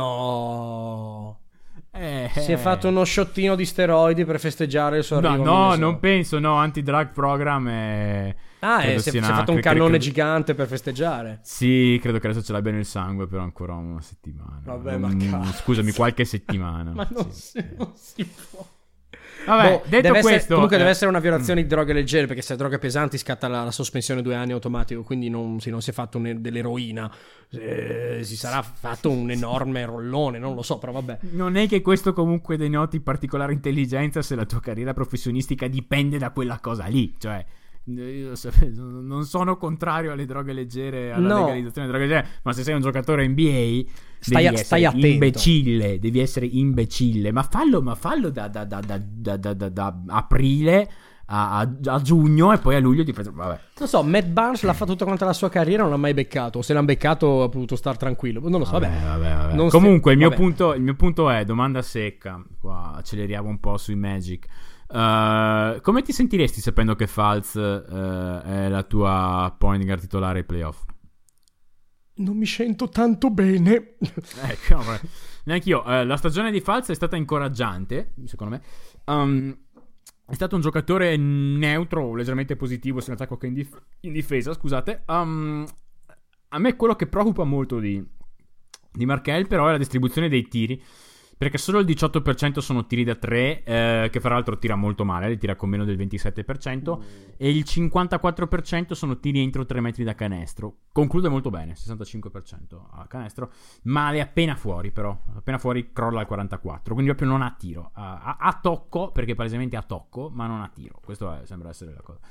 No... Eh, Si è fatto uno shottino di steroidi per festeggiare il suo No, arrivo. a no, Minnesota. non penso, no, anti-drug program è... Ah, credo eh, si è, sia si è una- fatto un cre- cannone credo- gigante per festeggiare. Sì, credo che adesso ce l'abbia nel sangue, però ancora una settimana. Vabbè, ma Mm, cazzo. Scusami, qualche settimana. Ma non, Sì. si, non si può. Vabbè, Boh, detto deve essere- questo... comunque eh, deve essere una violazione di droghe leggere, perché se è droghe pesanti scatta la, la sospensione due anni automatico, quindi non, sì, non si è fatto un- dell'eroina, eh, si sarà fatto un enorme rollone, non lo so, però vabbè. Non è che questo comunque denoti particolare intelligenza se la tua carriera professionistica dipende da quella cosa lì, cioè... Io so- non sono contrario alle droghe leggere, alla No. legalizzazione delle droghe leggere, ma se sei un giocatore N B A Stai- devi stai essere attento. imbecille, devi essere imbecille, ma fallo, ma fallo da, da, da, da, da, da, da- da aprile a, a, a giugno e poi a luglio ti fai... Vabbè. Non so, Matt Barnes l'ha fatto tutta quanta la sua carriera, non l'ha mai beccato, o se l'ha beccato ha potuto star tranquillo, non lo so, vabbè. vabbè, vabbè. Non Comunque stia- il, mio vabbè. punto, il mio punto è, domanda secca, qua acceleriamo un po' sui Magic. Uh, come ti sentiresti sapendo che Fultz uh, è la tua point guard titolare ai playoff? Non mi sento tanto bene. Ecco, no, neanch'io. Uh, la stagione di Fultz è stata incoraggiante, secondo me. Um, è stato un giocatore neutro, leggermente positivo sia in attacco che in, dif- in difesa, scusate. Um, a me quello che preoccupa molto di, di Markelle però è la distribuzione dei tiri, perché solo il diciotto per cento sono tiri da tre, eh, che fra l'altro tira molto male, li tira con meno del ventisette per cento, mm. e il cinquantaquattro per cento sono tiri entro tre metri da canestro. Conclude molto bene, sessantacinque per cento a canestro, male appena fuori però, appena fuori crolla al quarantaquattro, quindi proprio non ha tiro, a, a tocco, perché palesemente ha tocco, ma non ha tiro, questo è, sembra essere la cosa.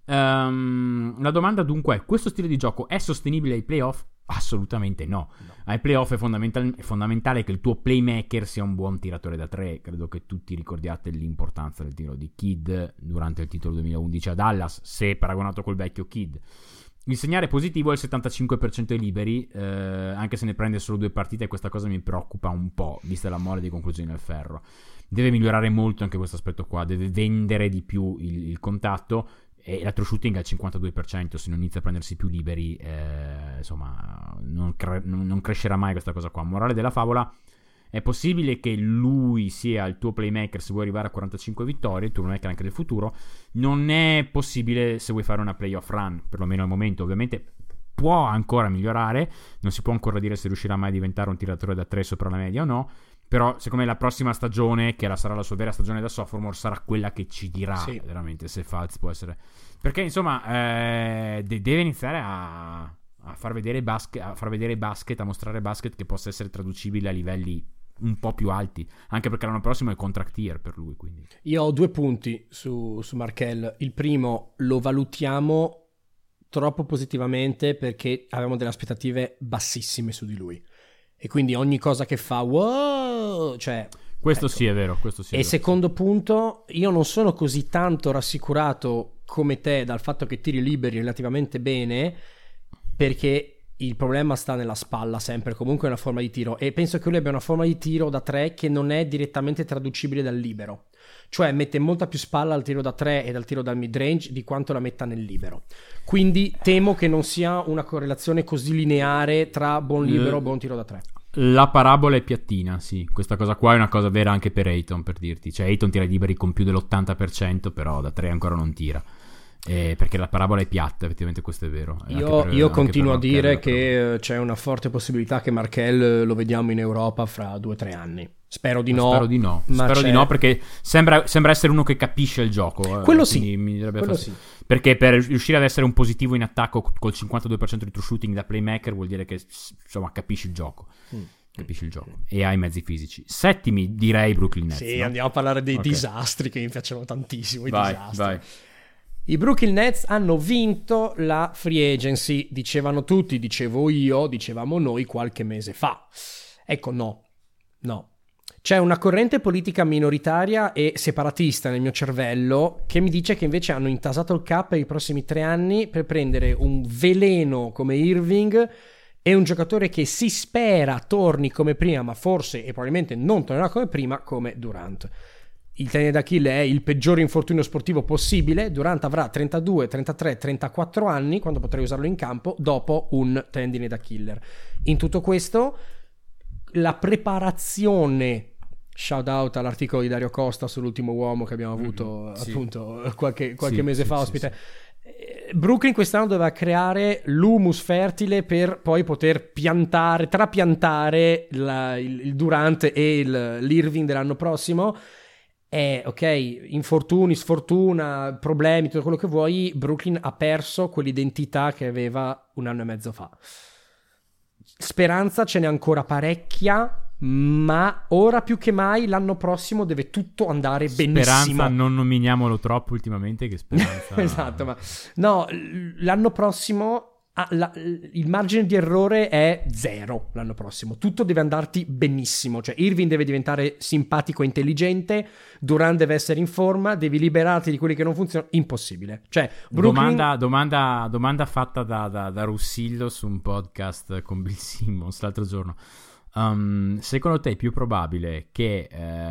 Um, la domanda dunque è: questo stile di gioco è sostenibile ai playoff? Assolutamente no, no. Ai playoff è, fondamental- è fondamentale che il tuo playmaker sia un buon tiratore da tre. Credo che tutti ricordiate l'importanza del tiro di Kidd durante il titolo duemilaundici a Dallas, se paragonato col vecchio Kidd. Il segnale positivo è il settantacinque per cento ai liberi, eh, anche se ne prende solo due partite, e questa cosa mi preoccupa un po', vista la mole di conclusioni al ferro. Deve migliorare molto anche questo aspetto qua, deve vendere di più il, il contatto, e la true shooting al cinquantadue per cento, se non inizia a prendersi più liberi, eh, insomma non, cre- non crescerà mai questa cosa qua. Morale della favola: è possibile che lui sia il tuo playmaker se vuoi arrivare a quarantacinque vittorie, il tuo playmaker anche del futuro. Non è possibile se vuoi fare una playoff run, perlomeno al momento. Ovviamente può ancora migliorare, non si può ancora dire se riuscirà mai a diventare un tiratore da tre sopra la media o no, però secondo me la prossima stagione, che la sarà la sua vera stagione da sophomore, sarà quella che ci dirà sì. veramente se Fultz può essere, perché insomma eh, de- deve iniziare a, a far vedere basket, a far vedere basket, a mostrare basket che possa essere traducibile a livelli un po' più alti, anche perché l'anno prossimo è contract year per lui, quindi. Io ho due punti su, su Markelle. Il primo, lo valutiamo troppo positivamente perché avevamo delle aspettative bassissime su di lui. e quindi ogni cosa che fa, wow, cioè... Questo ecco. sì è vero, questo sì è E vero. secondo punto, io non sono così tanto rassicurato come te dal fatto che tiri liberi relativamente bene, perché il problema sta nella spalla sempre, comunque è una forma di tiro, e penso che lui abbia una forma di tiro da tre che non è direttamente traducibile dal libero, cioè mette molta più spalla al tiro da tre e dal tiro dal mid range di quanto la metta nel libero, quindi temo che non sia una correlazione così lineare tra buon libero e buon tiro da tre. La parabola è piattina, sì. Questa cosa qua è una cosa vera anche per Ayton, per dirti. Cioè Ayton tira liberi con più dell'ottanta per cento, però da tre ancora non tira. Eh, perché la parabola è piatta, effettivamente questo è vero. Anche Io, per- io anche continuo a per dire Markel, che eh, c'è una forte possibilità che Markel lo vediamo in Europa fra due o tre anni. Spero di Ma no. Spero di no. ma Spero c'è- di no perché sembra, sembra essere uno che capisce il gioco. eh, Quello quindi sì, mi direbbe quello fastidio. sì. Perché per riuscire ad essere un positivo in attacco col cinquantadue per cento di true shooting da playmaker vuol dire che insomma capisci il gioco. Mm. Capisci il gioco e hai mezzi fisici. Settimi direi Brooklyn Nets. Sì, no? andiamo a parlare dei Ok. disastri che mi piacciono tantissimo. I Vai, disastri. vai. I Brooklyn Nets hanno vinto la free agency, dicevano tutti, dicevo io, dicevamo noi qualche mese fa. Ecco, no, no. C'è una corrente politica minoritaria e separatista nel mio cervello che mi dice che invece hanno intasato il cap per i prossimi tre anni per prendere un veleno come Irving e un giocatore che si spera torni come prima, ma forse e probabilmente non tornerà come prima, come Durant. Il tenere d'Achille è il peggiore infortunio sportivo possibile. Durant avrà trentadue, trentatré, trentaquattro anni quando potrai usarlo in campo dopo un tendine d'Achille. In tutto questo, la preparazione, shout out all'articolo di Dario Costa sull'ultimo uomo che abbiamo avuto Mm-hmm, sì. appunto qualche, qualche Sì, mese sì, fa sì, ospite. Eh, Brooklyn quest'anno doveva creare l'humus fertile per poi poter piantare, trapiantare la- il, il Durant e il, l'Irving dell'anno prossimo. E ok, infortuni, sfortuna, problemi, tutto quello che vuoi, Brooklyn ha perso quell'identità che aveva un anno e mezzo fa. Speranza ce n'è ancora parecchia, ma ora più che mai l'anno prossimo deve tutto andare benissimo. Speranza, non nominiamolo troppo ultimamente che Speranza... Esatto, ma no, l- l'anno prossimo ah, la- il margine di errore è zero. L'anno prossimo tutto deve andarti benissimo, cioè Irving deve diventare simpatico e intelligente, Durant deve essere in forma, devi liberarti di quelli che non funzionano. Impossibile, cioè Brooklyn... Domanda, domanda, domanda fatta da, da, da Russillo su un podcast con Bill Simmons l'altro giorno. Um, secondo te è più probabile che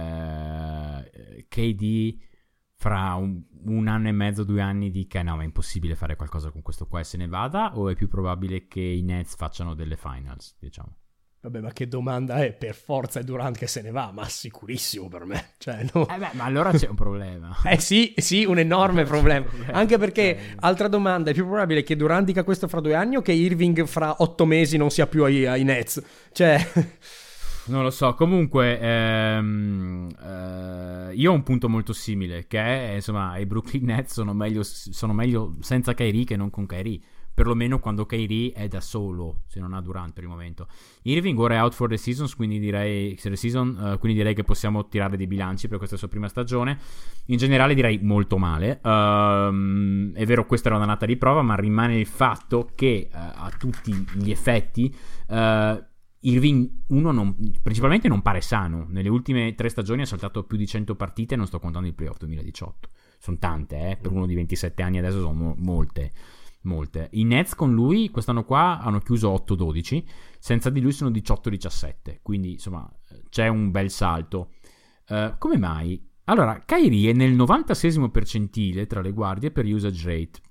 eh, K D fra un, un anno e mezzo, due anni dica no, ma è impossibile fare qualcosa con questo qua e se ne vada, o è più probabile che i Nets facciano delle finals, diciamo? Vabbè, ma che domanda è? Per forza è Durant che se ne va, ma sicurissimo per me, cioè no. Eh beh, ma allora c'è un problema. Eh sì, sì, un enorme problema. problema. Anche perché, Eh. altra domanda, è più probabile che Durant dica questo fra due anni o che Irving fra otto mesi non sia più ai, ai Nets? Cioè... Non lo so, comunque ehm, eh, io ho un punto molto simile, che è, insomma, i Brooklyn Nets sono meglio, sono meglio senza Kyrie che non con Kyrie, perlomeno quando Kyrie è da solo, se non ha Durant per il momento. Irving ora è out for the season, quindi direi, the season, uh, quindi direi che possiamo tirare dei bilanci per questa sua prima stagione. In generale direi molto male. Um, è vero, questa era un'annata di prova, ma rimane il fatto che uh, a tutti gli effetti uh, Irving uno non, principalmente non pare sano. Nelle ultime tre stagioni ha saltato più di cento partite, non sto contando il playoff duemiladiciotto. Sono tante, eh? Per uno di ventisette anni adesso sono mo- molte. Molte. I Nets con lui quest'anno qua hanno chiuso otto dodici, senza di lui sono diciotto diciassette, quindi insomma c'è un bel salto. Uh, come mai? Allora, Kyrie è nel novantaseiesimo percentile tra le guardie per usage rate,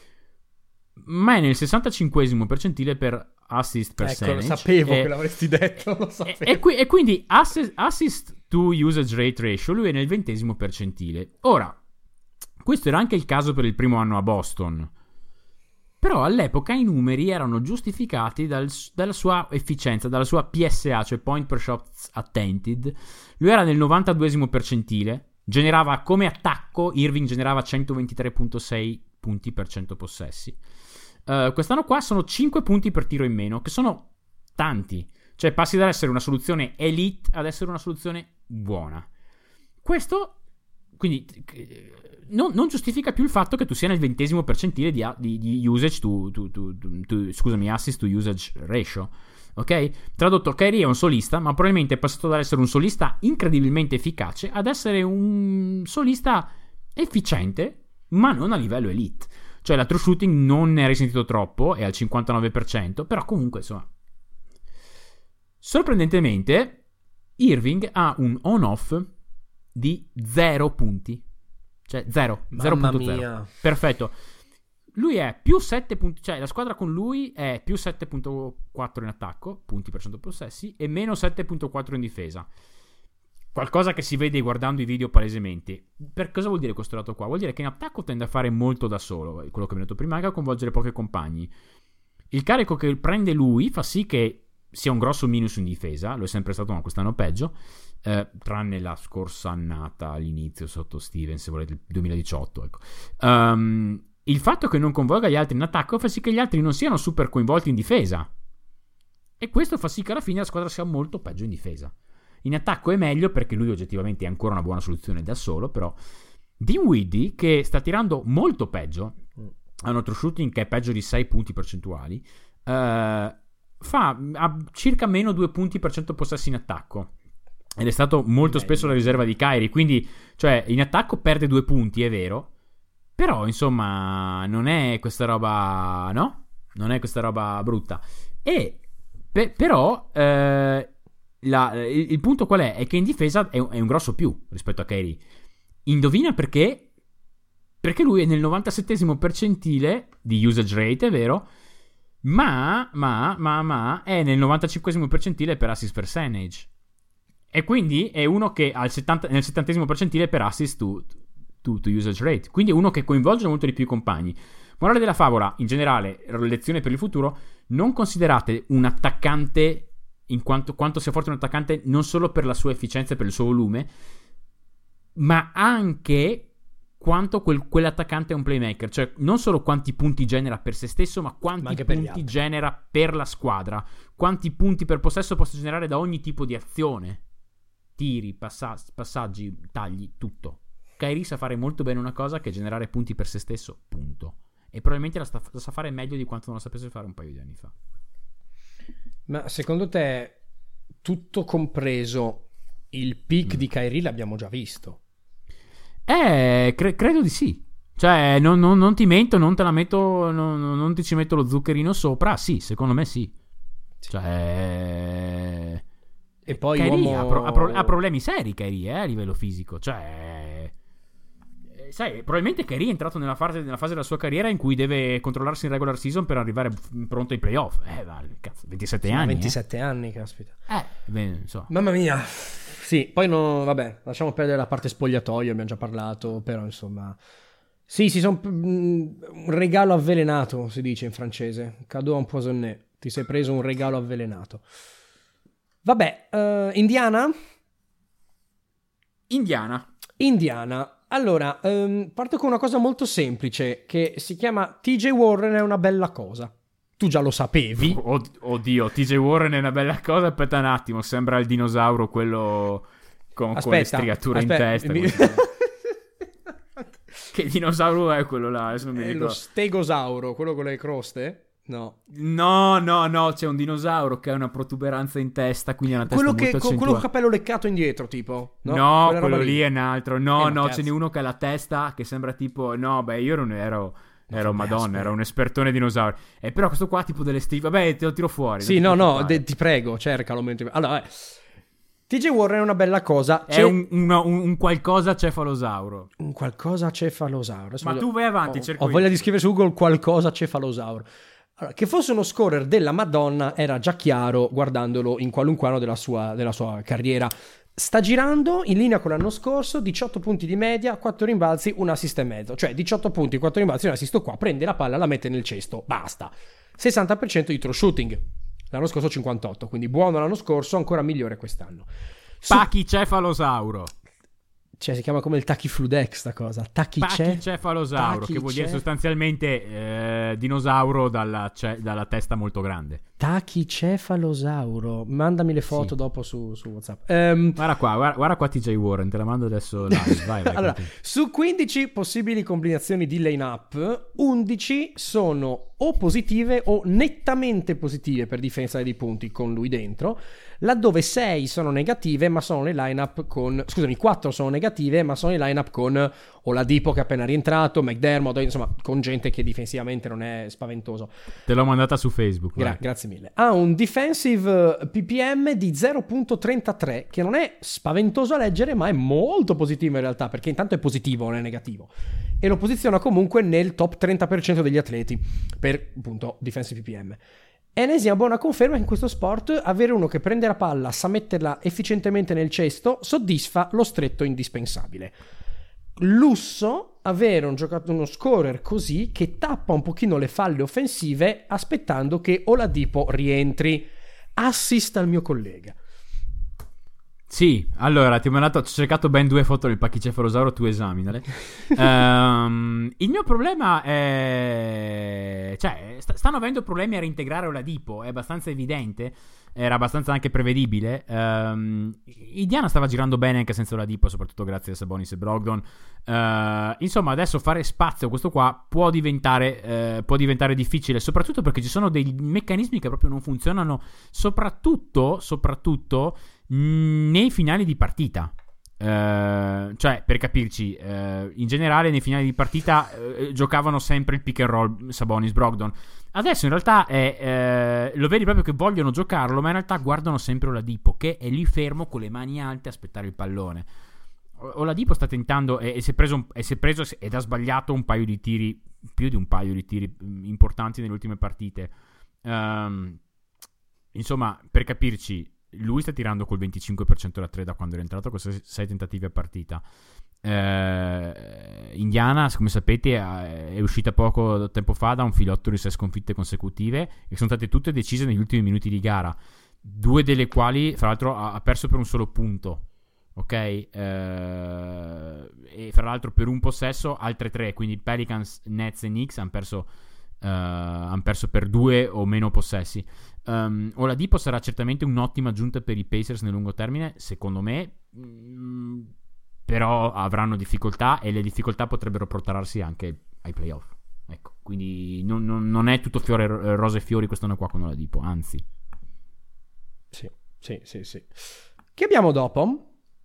ma è nel sessantacinquesimo percentile per assist percentage. Ecco, lo sapevo e, che l'avresti detto, lo sapevo. E, e, qui, e quindi assist, assist to usage rate ratio lui è nel ventesimo percentile. Ora, questo era anche il caso per il primo anno a Boston, però all'epoca i numeri erano giustificati dal, dalla sua efficienza, dalla sua P S A, cioè point per shots attempted. Lui era nel novantaduesimo percentile, generava come attacco, Irving generava centoventitré virgola sei punti per cento possessi. Uh, quest'anno qua sono cinque punti per tiro in meno, che sono tanti, cioè passi dall'essere una soluzione elite ad essere una soluzione buona. Questo quindi non, non giustifica più il fatto che tu sia nel ventesimo percentile di, di, di usage to, to, to, to, to scusami assist to usage ratio. Ok? Tradotto, Kyrie è un solista, ma probabilmente è passato dall'essere un solista incredibilmente efficace ad essere un solista efficiente, ma non a livello elite. Cioè la true shooting non ne ha risentito troppo, è al cinquantanove per cento, però comunque insomma. Sorprendentemente Irving ha un on-off di zero punti. Cioè zero, zero virgola zero. Perfetto. Lui è più sette punti, cioè la squadra con lui è più sette virgola quattro in attacco, punti per cento possessi, e meno sette virgola quattro in difesa. Qualcosa che si vede guardando i video palesemente. Per cosa vuol dire questo lato qua? Vuol dire che in attacco tende a fare molto da solo, quello che mi ho detto prima, che a coinvolgere pochi compagni. Il carico che prende lui fa sì che sia un grosso minus in difesa, lo è sempre stato, ma quest'anno peggio, eh, tranne la scorsa annata all'inizio sotto Steven, se volete, il duemiladiciotto, ecco. Um, il fatto che non coinvolga gli altri in attacco fa sì che gli altri non siano super coinvolti in difesa, e questo fa sì che alla fine la squadra sia molto peggio in difesa. In attacco è meglio perché lui oggettivamente è ancora una buona soluzione da solo, però Dinwiddie, che sta tirando molto peggio, ha un true shooting che è peggio di sei punti percentuali, eh, fa ha circa meno due punti per cento possessi in attacco, ed è stato molto spesso la riserva di Kyrie, quindi cioè in attacco perde due punti, è vero, però insomma non è questa roba, no? Non è questa roba brutta. E pe- però eh, la, il, il punto qual è? È che in difesa è un, è un grosso più rispetto a Kyrie. Indovina perché? Perché lui è nel novantasettesimo percentile di usage rate, è vero, ma, ma, ma, ma è nel novantacinquesimo percentile per assist percentage. E quindi è uno che ha il settanta, nel settantesimo percentile per assist to, to, to usage rate. Quindi è uno che coinvolge molto di più i compagni. Morale della favola, in generale, lezione per il futuro: non considerate un attaccante in quanto, quanto sia forte un attaccante non solo per la sua efficienza e per il suo volume, ma anche quanto quel, quell'attaccante è un playmaker. Cioè non solo quanti punti genera per se stesso, ma quanti ma punti genera per la squadra, quanti punti per possesso possa generare da ogni tipo di azione, tiri, passa- passaggi, tagli, tutto. Kyrie sa fare molto bene una cosa, che è generare punti per se stesso, punto. E probabilmente la, sta, la sa fare meglio di quanto non la sapesse fare un paio di anni fa. Ma secondo te, tutto compreso, il peak mm. di Kyrie l'abbiamo già visto? Eh, cre- credo di sì. Cioè, non, non, non ti mento, non te la metto, non, non ti ci metto lo zuccherino sopra. Sì, secondo me sì. sì. Cioè, e poi Kyrie uomo... ha, pro- ha, pro- ha problemi seri, Kyrie, eh, a livello fisico. Cioè, eh, sai, probabilmente Kyrie è entrato nella fase, nella fase della sua carriera in cui deve controllarsi in regular season per arrivare pronto ai playoff. Eh, vale, cazzo, ventisette sì, anni. ventisette eh. anni, caspita. Eh, beh, insomma. Mamma mia. Sì, poi no, vabbè, lasciamo perdere la parte spogliatoio, abbiamo già parlato, però insomma... Sì, sì, sono un regalo avvelenato, si dice in francese. Cadeau empoisonné. Ti sei preso un regalo avvelenato. Vabbè, uh, Indiana? Indiana. Indiana. Allora, um, parto con una cosa molto semplice, che si chiama T J Warren è una bella cosa. Tu già lo sapevi. Oh, oddio, T J Warren è una bella cosa. Aspetta un attimo, sembra il dinosauro quello con, aspetta, con le striature aspetta, in testa. Mi... Che dinosauro è quello là? Adesso non mi è ricordo. Lo stegosauro, quello con le croste? No. No, no, no, c'è un dinosauro che ha una protuberanza in testa, quindi ha una testa quello molto che, accentuata. Quello con capello leccato indietro, tipo? No, no quello lì è un altro. No, eh, no, ce n'è uno che ha la testa che sembra tipo... No, beh, io non ero... Ero no, madonna, aspetta. Era un espertone dinosauri. E eh, però questo qua tipo delle stive. Vabbè, te lo tiro fuori. Sì, no, no, de- ti prego, cercalo. Mentre... Allora, eh. T J Warren è una bella cosa. C'è... È un, una, un, un qualcosa cefalosauro. Un qualcosa cefalosauro. Adesso Ma voglio... tu vai avanti, ho, cerco Ho io. voglia di scrivere su Google qualcosa cefalosauro. Allora, che fosse uno scorer della Madonna era già chiaro guardandolo in qualunque anno della sua, della sua carriera. Sta girando in linea con l'anno scorso, diciotto punti di media, quattro rimbalzi, un assist e mezzo. Cioè diciotto punti, quattro rimbalzi, un assist qua. Prende la palla, la mette nel cesto, basta. sessanta per cento di true shooting. L'anno scorso cinquantotto, quindi buono l'anno scorso, ancora migliore quest'anno. Su... Pachicefalosauro. Cioè si chiama come il tachifludex sta cosa. Tachice... Pachicefalosauro, Tachice... che vuol dire sostanzialmente eh, dinosauro dalla, ce- dalla testa molto grande. Tachicefalosauro. Mandami le foto Sì. dopo su, su WhatsApp. Um, Guarda qua, guarda, guarda qua T J Warren, te la mando adesso live. Vai, vai, allora, continua. su quindici possibili combinazioni di line-up, undici sono o positive o nettamente positive per differenziare dei punti con lui dentro, laddove sei sono negative ma sono le line-up con... Scusami, quattro sono negative ma sono le line-up con Oladipo che è appena rientrato, McDermott, insomma con gente che difensivamente non è spaventoso. Te l'ho mandata su Facebook. Gra- vai. grazie mille. Ha un defensive P P M di zero virgola trentatré, che non è spaventoso a leggere, ma è molto positivo in realtà, perché intanto è positivo, non è negativo. E lo posiziona comunque nel top trenta per cento degli atleti per, appunto, defensive P P M. È un'esima buona conferma che in questo sport avere uno che prende la palla, sa metterla efficientemente nel cesto, soddisfa lo stretto indispensabile. Lusso avere un giocatore, uno scorer così che tappa un pochino le falle offensive aspettando che Oladipo rientri. Assist al mio collega. Sì, allora ti ho mandato, ho cercato ben due foto del pachicefalosauro, tu esaminale. um, il mio problema è... Cioè, st- stanno avendo problemi a reintegrare Oladipo, è abbastanza evidente, era abbastanza anche prevedibile. Um, Indiana stava girando bene anche senza Oladipo, soprattutto grazie a Sabonis e Brogdon. Uh, insomma, adesso fare spazio a questo qua può diventare, uh, può diventare difficile, soprattutto perché ci sono dei meccanismi che proprio non funzionano, soprattutto, soprattutto nei finali di partita. Uh, cioè, per capirci, uh, in generale nei finali di partita uh, giocavano sempre il pick and roll Sabonis Brogdon. Adesso in realtà è, uh, lo vedi proprio che vogliono giocarlo, ma in realtà guardano sempre Oladipo che è lì fermo con le mani alte a aspettare il pallone. Oladipo sta tentando e, e si è preso, un, e si è preso ed ha sbagliato un paio di tiri, più di un paio di tiri importanti nelle ultime partite. Um, insomma, per capirci, lui sta tirando col venticinque per cento da tre da quando è entrato, con sei tentativi a partita. eh, Indiana, come sapete, è uscita poco tempo fa da un filotto di sei sconfitte consecutive e sono state tutte decise negli ultimi minuti di gara, due delle quali fra l'altro ha perso per un solo punto, ok? Eh, e fra l'altro per un possesso altre tre, quindi Pelicans, Nets e Knicks hanno perso Uh, hanno perso per due o meno possessi. um, Oladipo sarà certamente un'ottima aggiunta per i Pacers nel lungo termine, secondo me, mm, però avranno difficoltà e le difficoltà potrebbero protrarsi anche ai playoff, ecco, quindi non, non, non è tutto fiore, rose e fiori quest'anno qua con Oladipo, anzi. Sì, sì, sì, sì. Che abbiamo dopo?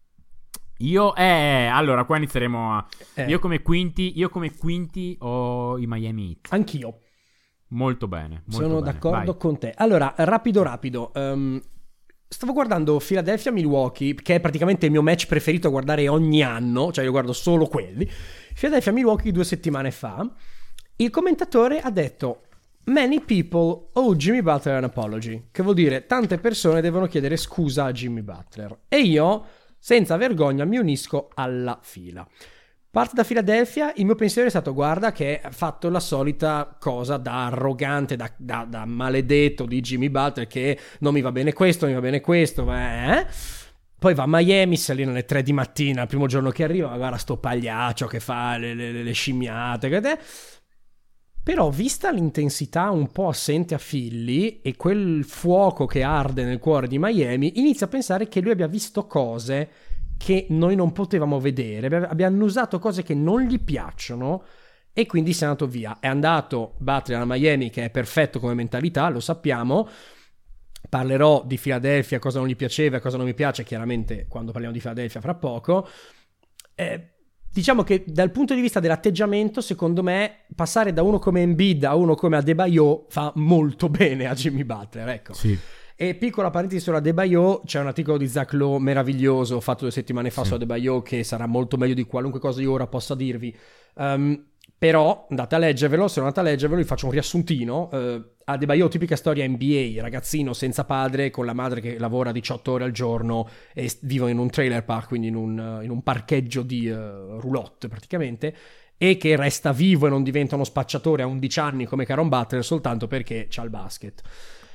Io, eh, allora qua inizieremo a... Eh. Io come quinti, io come quinti ho i Miami Heat. Anch'io. Molto bene, molto Sono bene. d'accordo Vai. con te. Allora, rapido rapido. Um, stavo guardando Philadelphia-Milwaukee, che è praticamente il mio match preferito a guardare ogni anno, cioè io guardo solo quelli. Philadelphia-Milwaukee due settimane fa. Il commentatore ha detto: Many people owe Jimmy Butler an apology, che vuol dire tante persone devono chiedere scusa a Jimmy Butler. E io, senza vergogna, mi unisco alla fila. Parte da Philadelphia, il mio pensiero è stato: guarda che ha fatto la solita cosa da arrogante, da, da, da maledetto di Jimmy Butler, che non mi va bene questo, non mi va bene questo, eh? Poi va a Miami, si allena alle tre di mattina, il primo giorno che arriva, guarda sto pagliaccio che fa le, le, le scimmiate, che te... Però vista l'intensità un po' assente a Philly e quel fuoco che arde nel cuore di Miami, inizio a pensare che lui abbia visto cose che noi non potevamo vedere, abbia annusato cose che non gli piacciono e quindi si è andato via. È andato Butler a Miami, che è perfetto come mentalità, lo sappiamo. Parlerò di Philadelphia, cosa non gli piaceva e cosa non mi piace, chiaramente quando parliamo di Philadelphia fra poco. Eh, Diciamo che dal punto di vista dell'atteggiamento, secondo me, passare da uno come Embiid a uno come Adebayo fa molto bene a Jimmy Butler, ecco. Sì. E piccola parentesi su Adebayo, c'è un articolo di Zach Lowe meraviglioso fatto due settimane fa, sì, su Adebayo, che sarà molto meglio di qualunque cosa io ora possa dirvi. Um, però andate a leggervelo, se non andate a leggervelo vi faccio un riassuntino. uh, Adebayo, tipica storia N B A, ragazzino senza padre, con la madre che lavora diciotto ore al giorno e vivono in un trailer park, quindi in un, in un parcheggio di uh, roulotte praticamente, e che resta vivo e non diventa uno spacciatore a undici anni come Caron Butler soltanto perché c'ha il basket.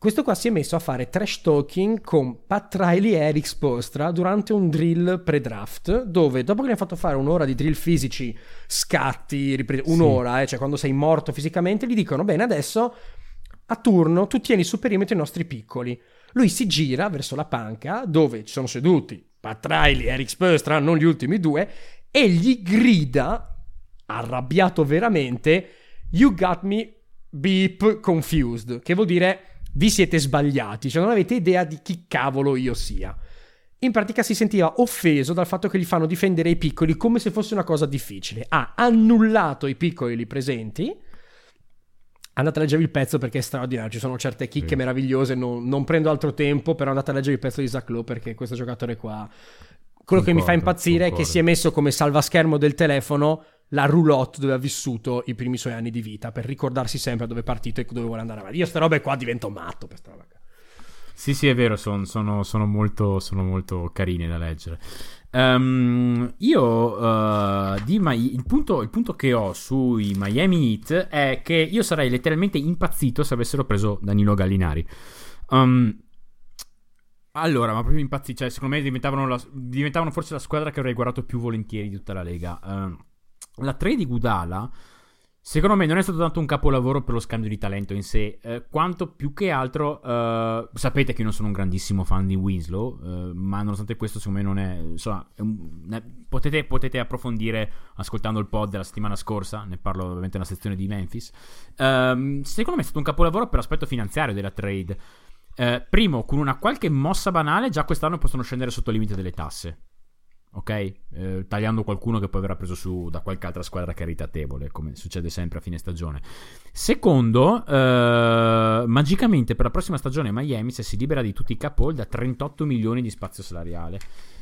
questo qua si è messo a fare trash talking con Pat Riley e Eric Spoelstra durante un drill pre-draft, dove dopo che gli hanno fatto fare un'ora di drill fisici, scatti, ripre- un'ora, eh, cioè quando sei morto fisicamente, gli dicono bene, adesso a turno tu tieni sul perimetro i nostri piccoli. Lui si gira verso la panca dove ci sono seduti Pat Riley e Eric Spoelstra, non gli ultimi due, e gli grida, arrabbiato veramente, "You got me beep confused", che vuol dire vi siete sbagliati, cioè non avete idea di chi cavolo io sia. In pratica si sentiva offeso dal fatto che gli fanno difendere i piccoli come se fosse una cosa difficile. Ha annullato i piccoli lì presenti. Andate a leggervi il pezzo perché è straordinario, ci sono certe chicche sì. meravigliose, non, non prendo altro tempo, però andate a leggere il pezzo di Zach Lowe perché questo giocatore qua, quello concordo, che mi fa impazzire concordo. È che si è messo come salvaschermo del telefono la roulotte dove ha vissuto i primi suoi anni di vita, per ricordarsi sempre dove è partito e dove vuole andare avanti. Io ste robe qua divento matto per sta roba qua. Sì, sì, è vero, son, sono, sono, molto, sono molto carine da leggere. Um, io uh, di Mi- il, punto, il punto che ho sui Miami Heat è che io sarei letteralmente impazzito se avessero preso Danilo Gallinari. Um, allora, ma proprio impazzito, cioè secondo me diventavano, la, diventavano forse la squadra che avrei guardato più volentieri di tutta la Lega. Um, la trade di Iguodala secondo me non è stato tanto un capolavoro per lo scambio di talento in sé, eh, quanto più che altro eh, sapete che io non sono un grandissimo fan di Winslow, eh, ma nonostante questo secondo me non è, insomma, è un, è, potete, potete approfondire ascoltando il pod della settimana scorsa, ne parlo ovviamente nella sezione di Memphis. Eh, secondo me è stato un capolavoro per l'aspetto finanziario della trade. Eh, primo, con una qualche mossa banale già quest'anno possono scendere sotto il limite delle tasse, ok? Eh, tagliando qualcuno che poi verrà preso su da qualche altra squadra caritatevole, come succede sempre a fine stagione. Secondo, eh, magicamente per la prossima stagione Miami, se si libera di tutti i cap hold, da trentotto milioni di spazio salariale,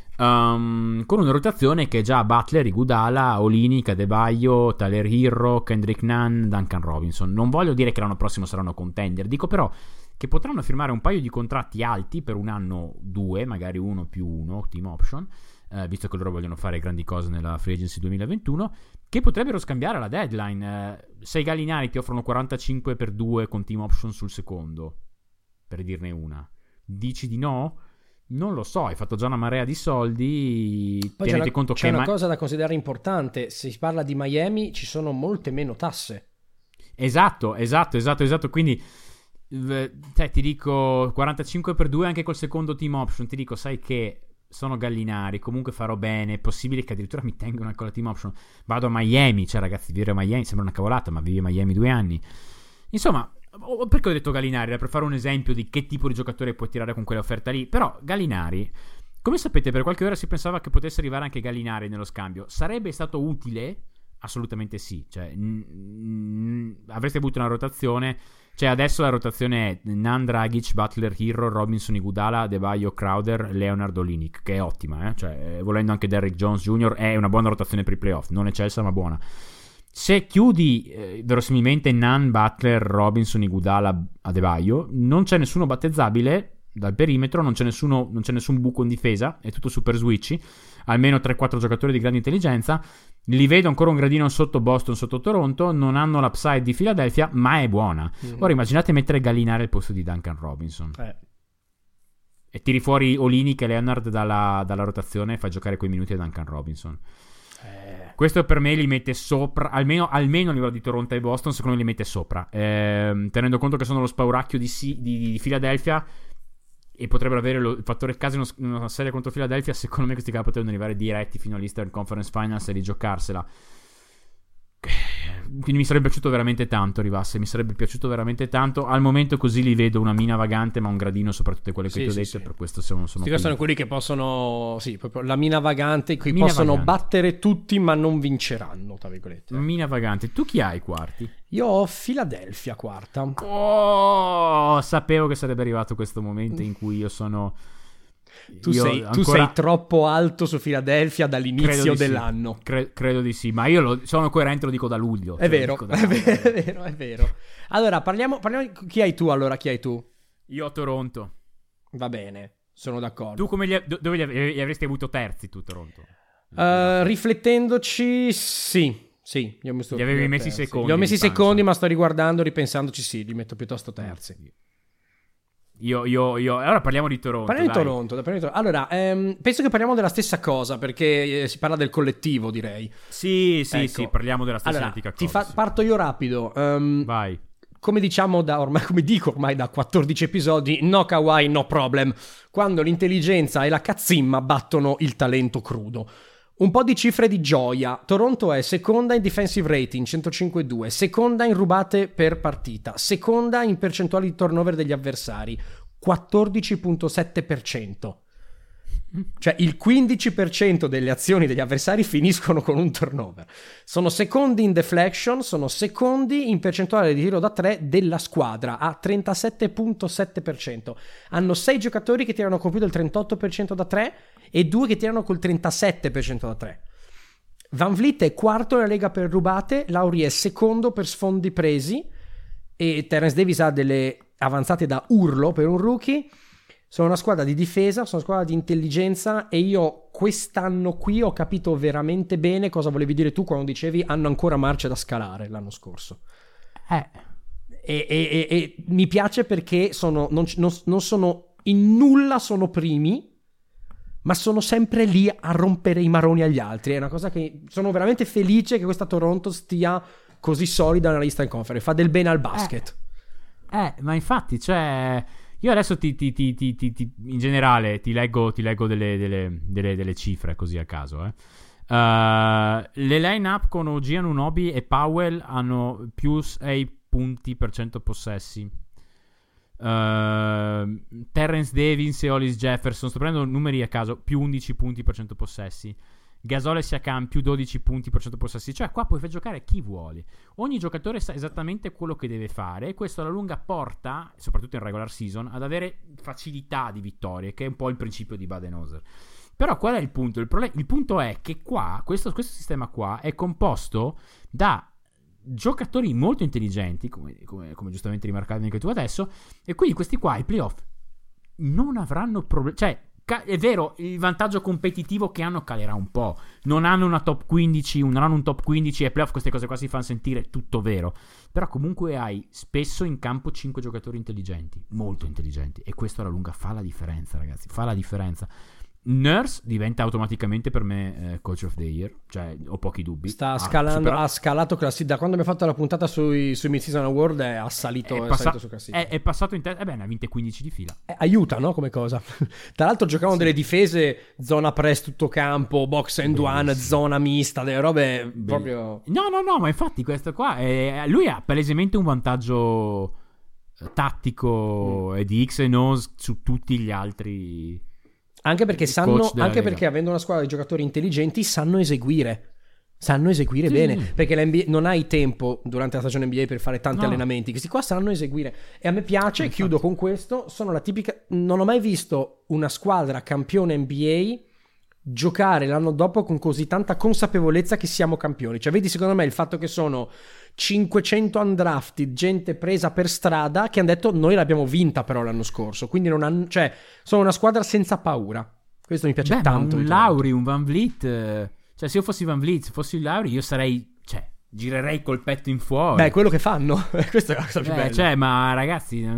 um, con una rotazione che già Butler, Iguodala, Olynyk, Adebayo, Tyler Herro, Kendrick Nunn, Duncan Robinson. Non voglio dire che l'anno prossimo saranno contender, dico però che potranno firmare un paio di contratti alti per un anno, due, magari uno più uno, team option, Uh, visto che loro vogliono fare grandi cose nella Free Agency duemilaventuno, che potrebbero scambiare alla deadline. Uh, se i Gallinari ti offrono quarantacinque per due con team option sul secondo, per dirne una, dici di no? Non lo so, hai fatto già una marea di soldi. Poi tenete c'è una, conto c'è che una ma- cosa da considerare importante: se si parla di Miami ci sono molte meno tasse. Esatto, esatto, esatto, esatto. Quindi v- te, ti dico quarantacinque per due anche col secondo team option. Ti dico, sai che sono Gallinari, comunque farò bene, è possibile che addirittura mi tengano con la team option, vado a Miami, cioè ragazzi, vivere a Miami sembra una cavolata, ma vivi a Miami due anni, insomma. Perché ho detto Gallinari? Per fare un esempio di che tipo di giocatore puoi tirare con quell'offerta lì. Però Gallinari, come sapete, per qualche ora si pensava che potesse arrivare anche Gallinari nello scambio. Sarebbe stato utile? Assolutamente sì, cioè n- n- avreste avuto una rotazione. Cioè adesso la rotazione è Nunn, Dragic, Butler, Herro, Robinson, Iguodala, Adebayo, Crowder, Leonard, Olynyk, che è ottima, eh? Cioè volendo anche Derrick Jones Junior è una buona rotazione per i playoff, non eccelsa ma buona. Se chiudi eh, verosimilmente Nunn, Butler, Robinson, Iguodala, Adebayo, non c'è nessuno battezzabile dal perimetro, non c'è nessuno, non c'è nessun buco in difesa, è tutto super switchy, almeno tre quattro giocatori di grande intelligenza. Li vedo ancora un gradino sotto Boston, sotto Toronto, non hanno l'upside di Philadelphia, ma è buona. Mm-hmm. Ora immaginate mettere Gallinari al posto di Duncan Robinson eh. e tiri fuori Olynyk e Leonard dalla, dalla rotazione e fai giocare quei minuti a Duncan Robinson. Eh. Questo per me li mette sopra, almeno, almeno a livello di Toronto e Boston, secondo me li mette sopra, eh, tenendo conto che sono lo spauracchio di, di, di Philadelphia e potrebbero avere lo, il fattore caso in, uno, in una serie contro Philadelphia. Secondo me questi qua potevano arrivare diretti fino all'Eastern Conference Finals e rigiocarsela. Quindi mi sarebbe piaciuto veramente tanto arrivasse, mi sarebbe piaciuto veramente tanto. Al momento così li vedo una mina vagante, ma un gradino sopra tutte quelle che sì, ti ho sì, detto, sì. Per questo sono, sono, Questi sono quelli che possono, sì, proprio la mina vagante, qui mina possono vagante. Battere tutti ma non vinceranno, tra virgolette. Mina vagante. Tu chi hai quarti? Io ho Philadelphia quarta. Oh, sapevo che sarebbe arrivato questo momento in cui io sono... Tu, io sei, ancora... tu sei troppo alto su Philadelphia dall'inizio dell'anno. Sì. Cre- credo di sì, ma io lo, sono coerente, lo dico da luglio. È vero, da è, vero è vero, è vero. Allora, parliamo, parliamo... Chi hai tu allora? Chi hai tu? Io ho Toronto. Va bene, sono d'accordo. Tu come li, dove li, li avresti avuto terzi tu, Toronto? Uh, riflettendoci, sì. Sì, io mi sto li avevi messi terzi. secondi. Li ho messi secondi, ma sto riguardando, ripensandoci, sì, li metto piuttosto terzi. Io, io, io. Allora parliamo di Toronto. Parliamo di dai. Toronto, parliamo di Toronto. Allora, ehm, penso che parliamo della stessa cosa, perché eh, si parla del collettivo, direi. Sì, sì, Ecco. sì, parliamo della stessa Allora, identica ti cosa. fa- sì. parto io rapido. Ehm, Vai. Come diciamo da ormai, come dico ormai da quattordici episodi, no Kawhi, no problem. Quando l'intelligenza e la cazzimma battono il talento crudo. Un po' di cifre di gioia. Toronto è seconda in defensive rating, centocinque virgola due, seconda in rubate per partita, seconda in percentuali di turnover degli avversari, quattordici virgola sette per cento. Cioè il quindici per cento delle azioni degli avversari finiscono con un turnover. Sono secondi in deflection, sono secondi in percentuale di tiro da tre della squadra a trentasette virgola sette per cento. Hanno sei giocatori che tirano con più del trentotto per cento da tre e due che tirano col trentasette per cento da tre. Van Vliet è quarto nella lega per rubate, Lauri è secondo per sfondi presi e Terence Davis ha delle avanzate da urlo per un rookie. Sono una squadra di difesa, sono una squadra di intelligenza e io quest'anno qui ho capito veramente bene cosa volevi dire tu quando dicevi hanno ancora marce da scalare l'anno scorso. Eh. E, e, e, e mi piace perché sono, non, non, non sono in nulla sono primi, ma sono sempre lì a rompere i maroni agli altri. È una cosa che sono veramente felice che questa Toronto stia così solida nella Eastern Conference, fa del bene al basket. Eh, eh ma infatti, cioè... Io adesso ti, ti, ti, ti, ti, ti in generale ti leggo, ti leggo delle, delle, delle, delle cifre così a caso. Eh. Uh, le line-up con O G Anunoby e Powell hanno più sei punti per cento possessi. Uh, Terence Davis e Hollis Jefferson, sto prendendo numeri a caso, più undici punti per cento possessi. Gasol e Siakam più dodici punti per cento possessi. Cioè qua puoi far giocare chi vuole. Ogni giocatore sa esattamente quello che deve fare e questo alla lunga porta, soprattutto in regular season, ad avere facilità di vittorie, che è un po' il principio di Budenholzer. Però qual è il punto? Il, problem- il punto è che qua questo, questo sistema qua è composto da giocatori molto intelligenti, come, come, come giustamente rimarcavi anche tu adesso, e quindi questi qua ai playoff non avranno problemi. Cioè è vero, il vantaggio competitivo che hanno calerà un po'. Non hanno una top quindici, non hanno un top quindici e ai playoff queste cose qua si fanno sentire, tutto vero. Però comunque hai spesso in campo cinque giocatori intelligenti, molto intelligenti, e questo alla lunga fa la differenza, ragazzi, fa la differenza. Nurse diventa automaticamente per me eh, Coach of the Year, cioè ho pochi dubbi. Sta ah, scalando, superato... ha scalato classi- da quando abbiamo fatto la puntata sui, sui Mid-Season Award è, ha salito, è, è passa- salito su classifica. È, è passato in testa, eh beh, ne ha vinte quindici di fila. Eh, aiuta, no? Come cosa. Tra l'altro giocavano sì. delle difese, zona press tutto campo, box and Bellissimo. one, zona mista, delle robe Bell- proprio... No, no, no, ma infatti questo qua, è, lui ha palesemente un vantaggio tattico mm. e di X e O su tutti gli altri... Anche perché sanno, anche perché avendo una squadra di giocatori intelligenti sanno eseguire. Sanno eseguire sì, bene. Sì. Perché la N B A non hai tempo durante la stagione N B A per fare tanti no. allenamenti. Questi qua sanno eseguire. E a me piace, infatti. Chiudo con questo. Sono la tipica. Non ho mai visto una squadra campione N B A giocare l'anno dopo con così tanta consapevolezza che siamo campioni. Cioè, vedi, secondo me il fatto che sono cinquecento undrafted, gente presa per strada, che hanno detto noi l'abbiamo vinta però l'anno scorso, quindi non hanno, cioè sono una squadra senza paura. Questo mi piace Beh, tanto. Un Lauri, un Van Vliet, cioè se io fossi Van Vliet, se fossi il Lauri, io sarei, cioè girerei col petto in fuori. Beh, è quello che fanno. Questa è la cosa più Beh, bella. Cioè, ma ragazzi, nel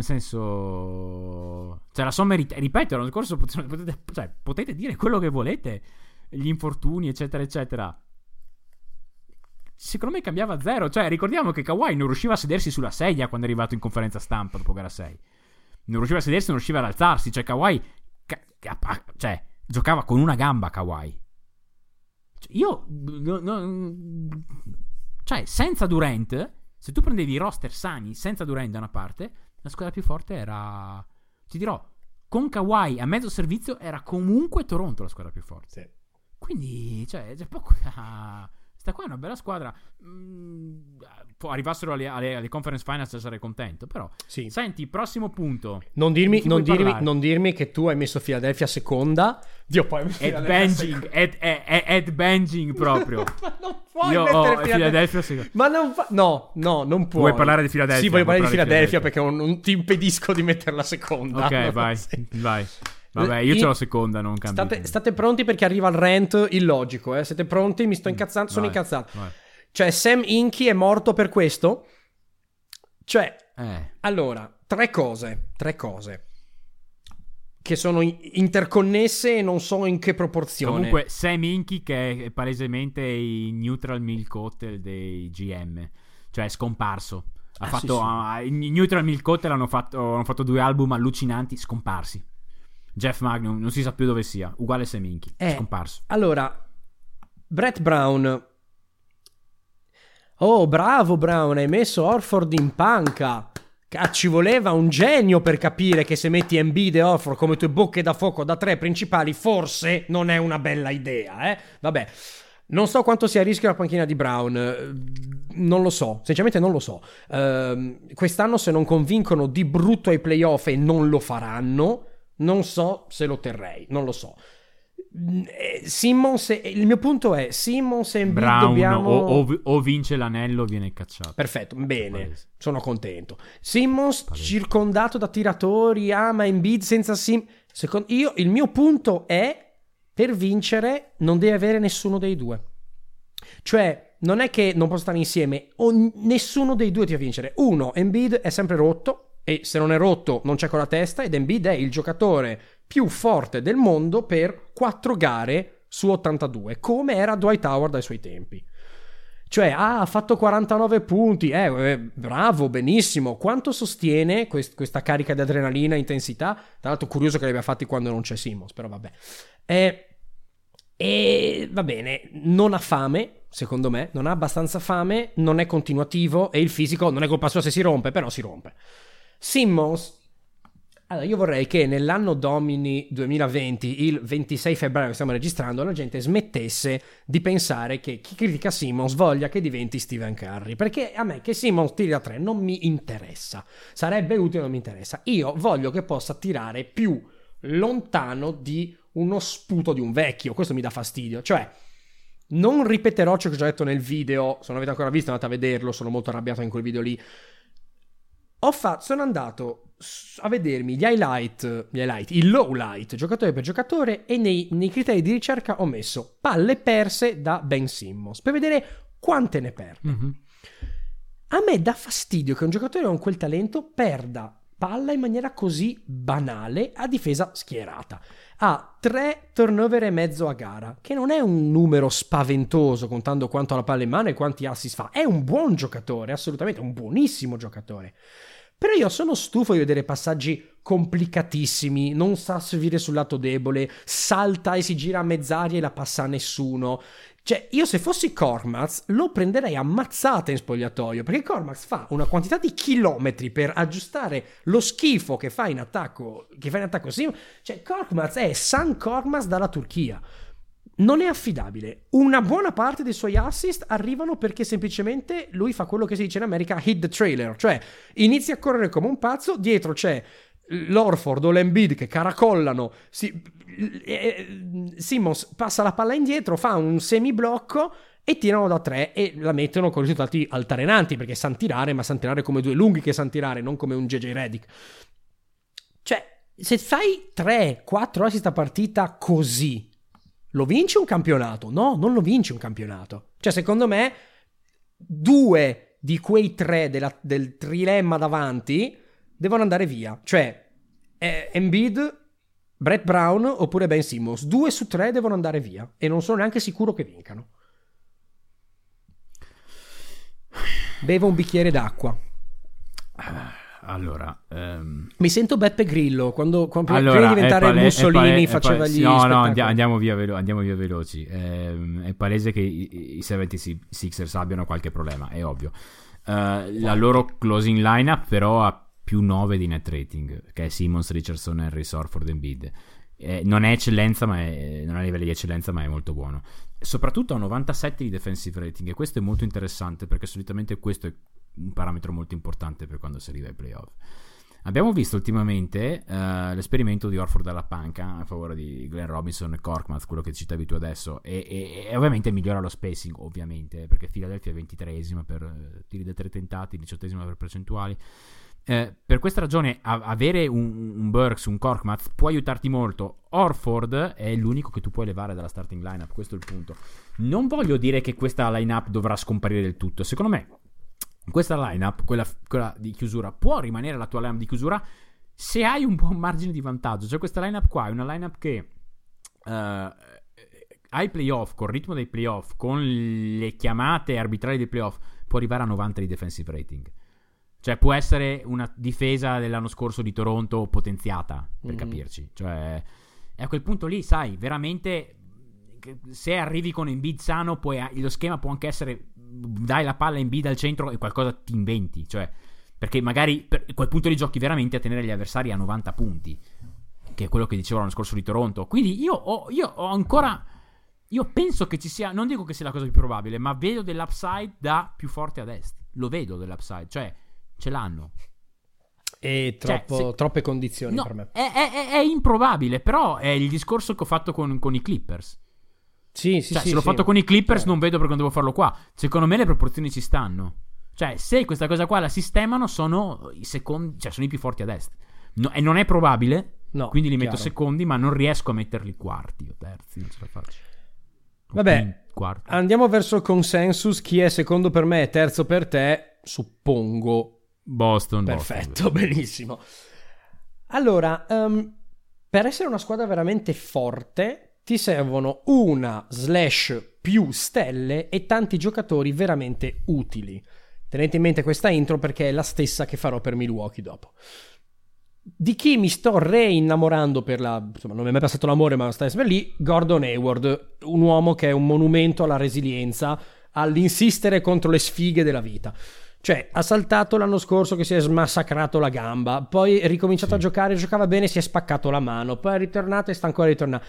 senso, cioè la somma, ripeto, l'anno scorso potete, cioè, potete dire quello che volete, gli infortuni, eccetera, eccetera. Secondo me cambiava zero. Cioè, ricordiamo che Kawhi non riusciva a sedersi sulla sedia quando è arrivato in conferenza stampa dopo gara sei. Non riusciva a sedersi, non riusciva ad alzarsi. Cioè, Kawhi ca- ca- cioè, giocava con una gamba Kawhi. Cioè, io no, no, cioè, senza Durant, se tu prendevi i roster sani senza Durant da una parte, la squadra più forte era, ti dirò, con Kawhi a mezzo servizio era comunque Toronto la squadra più forte. Sì. Quindi, cioè, c'è poco da... Sta qua è una bella squadra. Mm, arrivassero alle, alle, alle conference finals sarei contento. Però sì. Senti, prossimo punto. Non dirmi, non dirmi, non dirmi che tu hai messo Philadelphia seconda. Dio, poi Ed banging Ed, ed, ed banging proprio. Ma non puoi Io mettere ho Philadelphia, Philadelphia secondo... Ma non fa... No, no, non puoi. Vuoi parlare di Philadelphia? Sì, voglio parlare di Philadelphia, Philadelphia perché non, non ti impedisco di metterla seconda. Ok, vai, sì. vai. Vabbè, io I... ce l'ho seconda, non cambio. State, state pronti perché arriva il rant illogico, eh? Siete pronti? Mi sto incazzando, sono vai, incazzato. Vai. Cioè, Sam Hinkie è morto per questo? Cioè, eh. allora, tre cose, tre cose. che sono interconnesse e non so in che proporzione. Comunque Sam Hinkie, che è palesemente il neutral milk hotel dei G M, cioè è scomparso. Ha ah, fatto sì, sì. Uh, neutral milk hotel hanno fatto, hanno fatto due album allucinanti, scomparsi. Jeff Magnum non si sa più dove sia, uguale Sam Hinkie, eh, scomparso. Allora, Brett Brown, oh bravo Brown, hai messo Horford in panca. Ci voleva un genio per capire che se metti Embiid e Horford come tue bocche da fuoco da tre principali forse non è una bella idea, eh? Vabbè, non so quanto sia a rischio la panchina di Brown, non lo so, sinceramente non lo so. Uh, quest'anno se non convincono di brutto ai playoff, e non lo faranno, non so se lo terrei, non lo so. Simmons, il mio punto è Simmons e Embiid Brown dobbiamo o, o, o vince l'anello o viene cacciato. Perfetto, bene, sono contento. Simmons Palese. Circondato da tiratori, ama Embiid senza Sim. Secondo io il mio punto è, per vincere non deve avere nessuno dei due. Cioè non è che non possono stare insieme, o nessuno dei due ti fa vincere. Uno, Embiid è sempre rotto, e se non è rotto non c'è con la testa, ed Embiid è il giocatore più forte del mondo per quattro gare su ottantadue, come era Dwight Howard ai suoi tempi. Cioè, ah, ha fatto quarantanove punti, eh, eh, bravo, benissimo. Quanto sostiene quest- questa carica di adrenalina, intensità? Tra l'altro curioso che li abbia fatti quando non c'è Simmons, però vabbè. E eh, va bene, non ha fame, secondo me, non ha abbastanza fame, non è continuativo, e il fisico non è colpa sua se si rompe, però si rompe. Simmons, allora io vorrei che nell'anno domini duemilaventi, il ventisei febbraio che stiamo registrando, la gente smettesse di pensare che chi critica Simmons voglia che diventi Stephen Curry, perché a me che Simmons tiri da tre non mi interessa, sarebbe utile, non mi interessa. Io voglio che possa tirare più lontano di uno sputo di un vecchio, questo mi dà fastidio. Cioè, non ripeterò ciò che ho già detto nel video, se non avete ancora visto andate a vederlo, sono molto arrabbiato in quel video lì. Ho fatto, sono andato a vedermi gli highlight, gli highlight, il low light, giocatore per giocatore, e nei, nei criteri di ricerca ho messo palle perse da Ben Simmons, per vedere quante ne perde. Mm-hmm. A me dà fastidio che un giocatore con quel talento perda palla in maniera così banale a difesa schierata. Ha tre turnover e mezzo a gara, che non è un numero spaventoso contando quanto ha la palla in mano e quanti assist fa. È un buon giocatore, assolutamente, un buonissimo giocatore. Però io sono stufo di vedere passaggi complicatissimi, non sa servire sul lato debole, salta e si gira a mezz'aria e la passa a nessuno. Cioè, io se fossi Korkmaz lo prenderei ammazzata in spogliatoio, perché Korkmaz fa una quantità di chilometri per aggiustare lo schifo che fa in attacco, che fa in attacco sì. Cioè, Korkmaz è San Korkmaz dalla Turchia. Non è affidabile. Una buona parte dei suoi assist arrivano perché semplicemente lui fa quello che si dice in America hit the trailer, cioè inizia a correre come un pazzo, dietro c'è l'Horford o l'Embiid che caracollano, si, eh, Simmons passa la palla indietro, fa un semiblocco e tirano da tre e la mettono con risultati altalenanti, perché san tirare, ma san tirare come due lunghi che san tirare, non come un J J Redick. Cioè, se fai tre quattro assist a partita così, lo vinci un campionato? No, non lo vinci un campionato. Cioè, secondo me, due di quei tre della, del trilemma davanti devono andare via. Cioè, eh, Embiid, Brett Brown oppure Ben Simmons. Due su tre devono andare via. E non sono neanche sicuro che vincano. Bevo un bicchiere d'acqua. Allora, um... mi sento Beppe Grillo quando, quando allora, prima di diventare pale- Mussolini pale- faceva pale- gli no spettacoli. no andiamo, andiamo via velo- andiamo via veloci. Eh, è palese che i, i settantasei ers abbiano qualche problema, è ovvio. Uh, la loro closing lineup però ha più nove di net rating, che è Simmons, Richardson, Harris, Horford, Embiid. Eh, non è eccellenza, ma è, non è a livelli di eccellenza, ma è molto buono. Soprattutto ha novantasette di defensive rating, e questo è molto interessante perché solitamente questo è un parametro molto importante per quando si arriva ai playoff. Abbiamo visto ultimamente uh, l'esperimento di Horford dalla panca a favore di Glenn Robinson e Korkmaz, quello che citavi tu adesso, e, e, e ovviamente migliora lo spacing, ovviamente, perché Philadelphia è ventitreesima per uh, tiri da tre tentati, diciottesima per percentuali. Eh, per questa ragione a- avere un, un Burks, un Korkmaz può aiutarti molto. Horford è l'unico che tu puoi levare dalla starting lineup, questo è il punto. Non voglio dire che questa lineup dovrà scomparire del tutto, secondo me questa lineup, quella, quella di chiusura, può rimanere la tua lineup di chiusura se hai un buon margine di vantaggio, cioè questa lineup qua è una lineup che uh, ai playoff, col ritmo dei playoff, con le chiamate arbitrali dei playoff, può arrivare a novanta di defensive rating. Cioè può essere una difesa dell'anno scorso di Toronto potenziata, per mm-hmm. capirci. Cioè e a quel punto lì, sai, veramente se arrivi con Embiid sano, poi lo schema può anche essere dai la palla a Embiid al centro e qualcosa ti inventi, cioè perché magari per quel punto lì giochi veramente a tenere gli avversari a novanta punti, che è quello che dicevo l'anno scorso di Toronto. Quindi io ho, io ho ancora io penso che ci sia, non dico che sia la cosa più probabile, ma vedo dell'upside da più forte ad est, lo vedo dell'upside, cioè ce l'hanno. E troppo, cioè, se... troppe condizioni no, per me. È, è, è improbabile, però è il discorso che ho fatto con, con i Clippers. Sì, sì, cioè, sì. Se l'ho sì. fatto con i Clippers, cioè. non vedo perché non devo farlo qua. Secondo me le proporzioni ci stanno. Cioè, se questa cosa qua la sistemano, sono i secondi, cioè sono i più forti ad est. No, e non è probabile, no, quindi li metto chiaro. secondi, ma non riesco a metterli quarti o terzi, non ce la faccio. Vabbè, quarti. Andiamo verso il consensus. Chi è secondo per me e terzo per te? Suppongo Boston. Perfetto, Boston. benissimo. Allora, um, per essere una squadra veramente forte ti servono una slash più stelle e tanti giocatori veramente utili. Tenete in mente questa intro perché è la stessa che farò per Milwaukee dopo. Di chi mi sto reinnamorando per la... insomma, non mi è mai passato l'amore, ma sta sempre lì. Gordon Hayward, un uomo che è un monumento alla resilienza, all'insistere contro le sfighe della vita. Cioè, ha saltato l'anno scorso che si è smassacrato la gamba, poi è ricominciato sì. a giocare, giocava bene, si è spaccato la mano, poi è ritornato e sta ancora ritornando.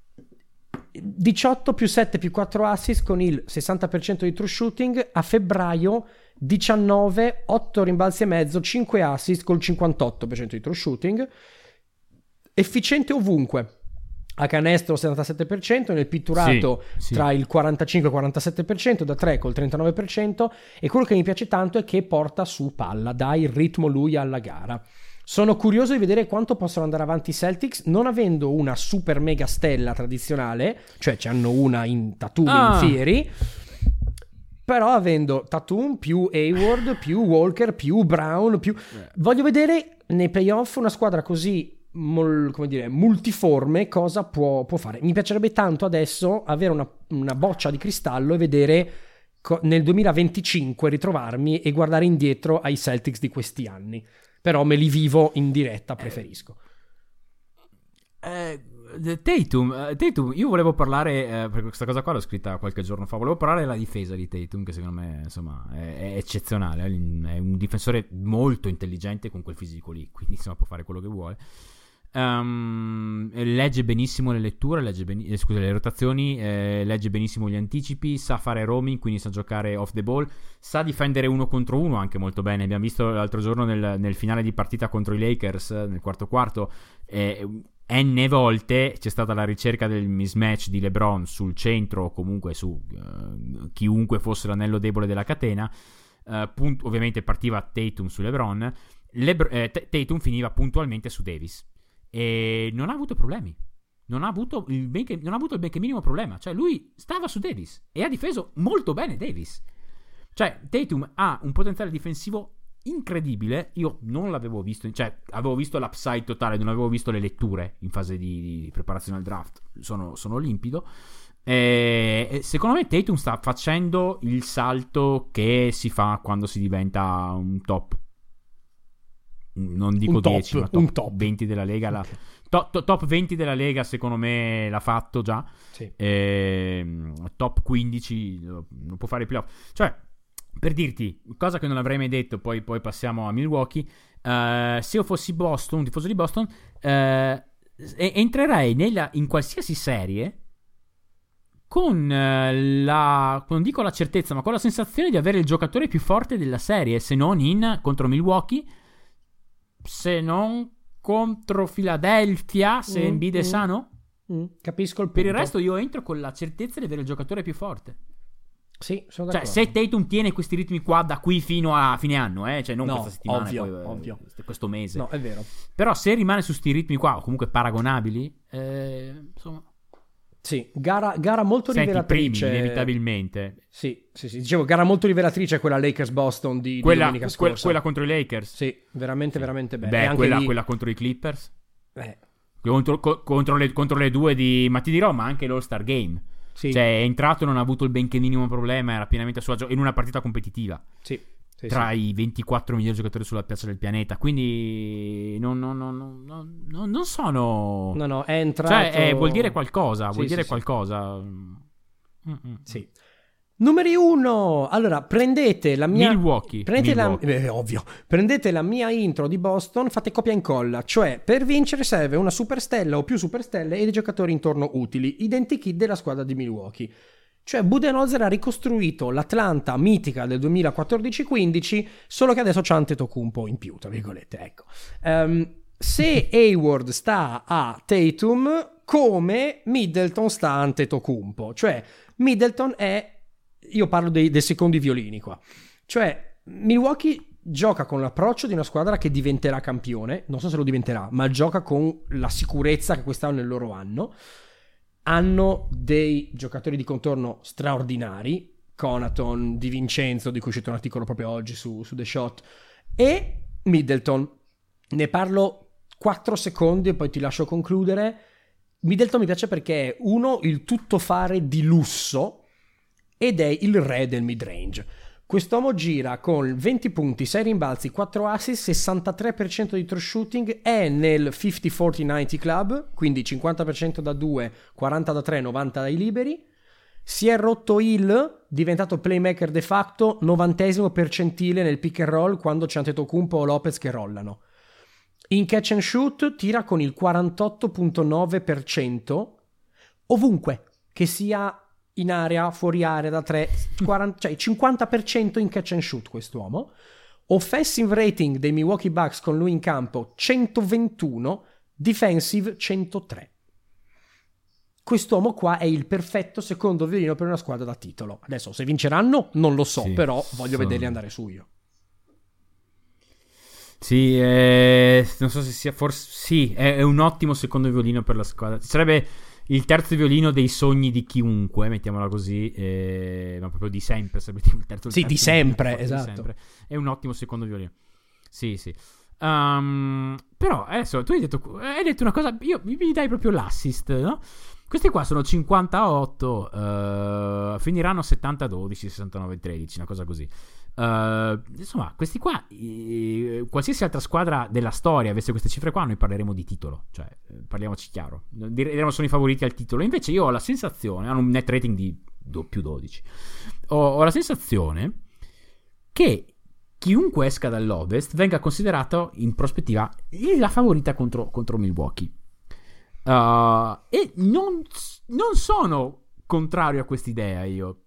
diciotto più sette più quattro assist con il sessanta per cento di true shooting. A febbraio diciannove, otto rimbalzi e mezzo, cinque assist col cinquantotto per cento di true shooting. Efficiente ovunque. A canestro settantasette per cento, nel pitturato sì, sì. tra il quarantacinque e il quarantasette per cento, da tre col trentanove per cento, e quello che mi piace tanto è che porta su palla, dà il ritmo lui alla gara. Sono curioso di vedere quanto possono andare avanti i Celtics, non avendo una super mega stella tradizionale, cioè ci hanno una in Tatum ah. in Fieri, però avendo Tatum più Hayward più Walker più Brown più... Eh. Voglio vedere nei playoff una squadra così Mol, come dire, multiforme cosa può, può fare. Mi piacerebbe tanto adesso avere una, una boccia di cristallo e vedere co- nel duemilaventicinque ritrovarmi e guardare indietro ai Celtics di questi anni, però me li vivo in diretta, preferisco. eh, Tatum, Tatum io volevo parlare eh, perché questa cosa qua l'ho scritta qualche giorno fa, volevo parlare della difesa di Tatum, che secondo me insomma è, è eccezionale, è un difensore molto intelligente con quel fisico lì, quindi insomma può fare quello che vuole. Um, legge benissimo le letture, legge ben, eh, scusa, le rotazioni, eh, legge benissimo gli anticipi, sa fare roaming, quindi sa giocare off the ball, sa difendere uno contro uno anche molto bene. Abbiamo visto l'altro giorno nel, nel finale di partita contro i Lakers, nel quarto quarto, eh, n volte c'è stata la ricerca del mismatch di LeBron sul centro o comunque su uh, chiunque fosse l'anello debole della catena. Uh, punt- ovviamente partiva Tatum su LeBron, Lebr- eh, T- Tatum finiva puntualmente su Davis e non ha avuto problemi, non ha avuto il benché, non ha avuto il benché minimo problema, cioè lui stava su Davis e ha difeso molto bene Davis. Cioè Tatum ha un potenziale difensivo incredibile, io non l'avevo visto, cioè avevo visto l'upside totale, non avevo visto le letture in fase di, di preparazione al draft, sono, sono limpido. E secondo me Tatum sta facendo il salto che si fa quando si diventa un top, non dico un top, dieci, ma top, un top venti della Lega. Okay. La, to, to, top venti della Lega secondo me l'ha fatto già, sì. E, top quindici non può fare i playoff, cioè per dirti, cosa che non avrei mai detto, poi, poi passiamo a Milwaukee. Uh, se io fossi Boston, un tifoso di Boston, uh, entrerei nella, in qualsiasi serie con uh, la, non dico la certezza, ma con la sensazione di avere il giocatore più forte della serie, se non in contro Milwaukee, se non contro Philadelphia, se mm, Embiid è mm, sano. Mm, capisco il punto. Per il resto io entro con la certezza di avere il giocatore più forte. Sì, sono d'accordo. Cioè, se Tatum tiene questi ritmi qua da qui fino a fine anno, eh, cioè non no, questa settimana, ovvio, poi, ovvio. Eh, questo mese. No, è vero. Però se rimane su sti ritmi qua, o comunque paragonabili, eh, insomma, Sì, gara, gara molto Senti, rivelatrice. primi, inevitabilmente. Sì, sì, sì, dicevo, gara molto rivelatrice è quella Lakers-Boston di, di Quella, domenica que- scorsa. quella contro i Lakers. Sì, veramente, veramente bella. Beh, E anche quella, lì- quella contro i Clippers. eh, Contro, co- contro, le, contro le due di ma ti dirò, ma anche l'All-Star Game. sì, Cioè, è entrato e non ha avuto il benché minimo problema, era pienamente a suo agio in una partita competitiva. sì, sì, Tra sì. i ventiquattro migliori giocatori sulla piazza del pianeta. Quindi non, non, non, non, non- non sono. No, no, è entrato... Cioè, eh, vuol dire qualcosa. Sì, Vuol sì, dire sì. qualcosa. Mm-mm. Sì. Numeri uno. Allora, prendete la mia Milwaukee. Prendete Milwaukee. la eh, ovvio. Prendete la mia intro di Boston, fate copia e incolla, cioè per vincere serve una superstella o più superstelle e dei giocatori intorno utili, identici della squadra di Milwaukee. Cioè Budenholzer ha ricostruito l'Atlanta mitica del duemilaquattordici quindici, solo che adesso c'ha Antetokounmpo in più, tra virgolette, ecco. Ehm, se Hayward sta a Tatum, come Middleton sta a Antetokounmpo, cioè Middleton è, io parlo dei, dei secondi violini qua, cioè Milwaukee gioca con l'approccio di una squadra che diventerà campione, non so se lo diventerà, ma gioca con la sicurezza che quest'anno nel loro anno. Hanno dei giocatori di contorno straordinari, Conaton, Di Vincenzo, di cui è uscito un articolo proprio oggi su, su The Shot, e Middleton. Ne parlo quattro secondi e poi ti lascio concludere. Middleton mi piace perché è uno, il tuttofare di lusso, ed è il re del mid-range. Quest'uomo gira con venti punti, sei rimbalzi, quattro assist, sessantatré per cento di true shooting, è nel cinquanta quaranta novanta club, quindi cinquanta per cento da due, quaranta da tre, novanta dai liberi. Si è rotto Hill, diventato playmaker de facto, novantesimo percentile nel pick and roll quando c'è Antetokounmpo o Lopez che rollano. In catch and shoot tira con il quarantotto virgola nove per cento ovunque, che sia in area, fuori area, da tre, quaranta, cioè cinquanta per cento in catch and shoot quest'uomo. Offensive rating dei Milwaukee Bucks con lui in campo centoventuno, defensive centotré. Quest'uomo qua è il perfetto secondo violino per una squadra da titolo. Adesso se vinceranno non lo so, Sì, però voglio sono... vederli andare su io. Sì, eh, non so se sia forse sì, è, è un ottimo secondo violino per la squadra. Sarebbe il terzo violino dei sogni di chiunque, mettiamola così, eh, ma proprio di sempre, sarebbe il terzo, il Sì, terzo di sempre, violino, esatto. di sempre. È un ottimo secondo violino. Sì, sì. Um, però adesso tu hai detto, hai detto una cosa, io mi, mi dai proprio l'assist, no? Questi qua sono cinquantotto, uh, finiranno settanta dodici, sessantanove tredici, una cosa così. Uh, insomma, questi qua, eh, qualsiasi altra squadra della storia avesse queste cifre qua, noi parleremo di titolo, cioè eh, parliamoci chiaro, diremo sono i favoriti al titolo. Invece io ho la sensazione, hanno un net rating di do, più dodici, ho, ho la sensazione che chiunque esca dall'Ovest venga considerato in prospettiva la favorita contro, contro Milwaukee. Uh, e non, non sono contrario a quest'idea io.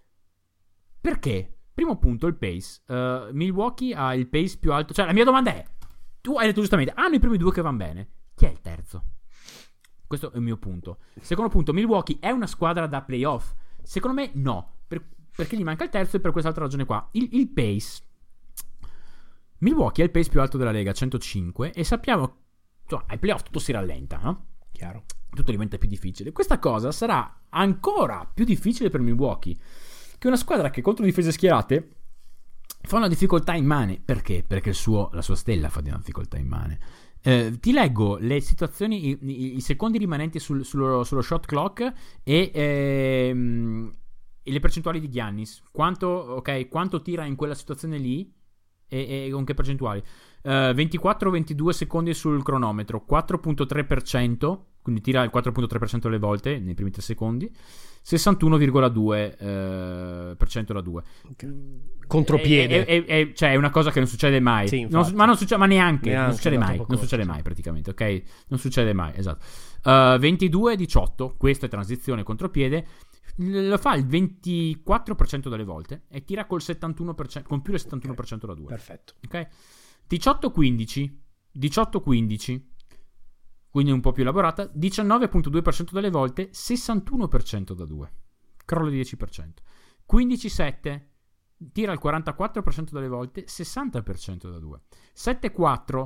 Perché? Primo punto, il pace. uh, Milwaukee ha il pace più alto. Cioè la mia domanda è, tu hai detto giustamente, hanno i primi due che vanno bene, chi è il terzo? Questo è il mio punto. Secondo punto, Milwaukee è una squadra da playoff? Secondo me no, per, perché gli manca il terzo e per quest'altra ragione qua. Il, il pace, Milwaukee ha il pace più alto della Lega, centocinque, e sappiamo, cioè, ai playoff tutto si rallenta, no? Chiaro. Tutto diventa più difficile. Questa cosa sarà ancora più difficile per Milwaukee, che è una squadra che contro difese schierate fa una difficoltà immane. Perché? Perché il suo, la sua stella fa una difficoltà immane. Eh, ti leggo le situazioni, i, i, i secondi rimanenti sul, sullo, sullo shot clock e, ehm, e le percentuali di Giannis. Quanto, ok, quanto tira in quella situazione lì e, e con che percentuali? Uh, ventiquattro ventidue secondi sul cronometro, quattro virgola tre per cento, quindi tira il quattro virgola tre per cento delle volte nei primi tre secondi, sessantuno virgola due per cento da due. Contropiede. È, è, è, cioè è una cosa che non succede mai. Sì, non, ma non succede, ma neanche, neanche non succede mai, non succede mai praticamente, ok? Non succede mai, esatto. Uh, ventidue diciotto, questo è transizione contropiede. Lo fa il ventiquattro per cento delle volte e tira col settantuno per cento, con più del settantuno per cento da due. Perfetto. Ok? diciotto quindici, diciotto quindici, quindi un po' più elaborata, diciannove virgola due per cento delle volte, sessantuno per cento da due, crollo di dieci per cento. quindici sette, tira il quarantaquattro per cento delle volte, sessanta per cento da due. sette quattro,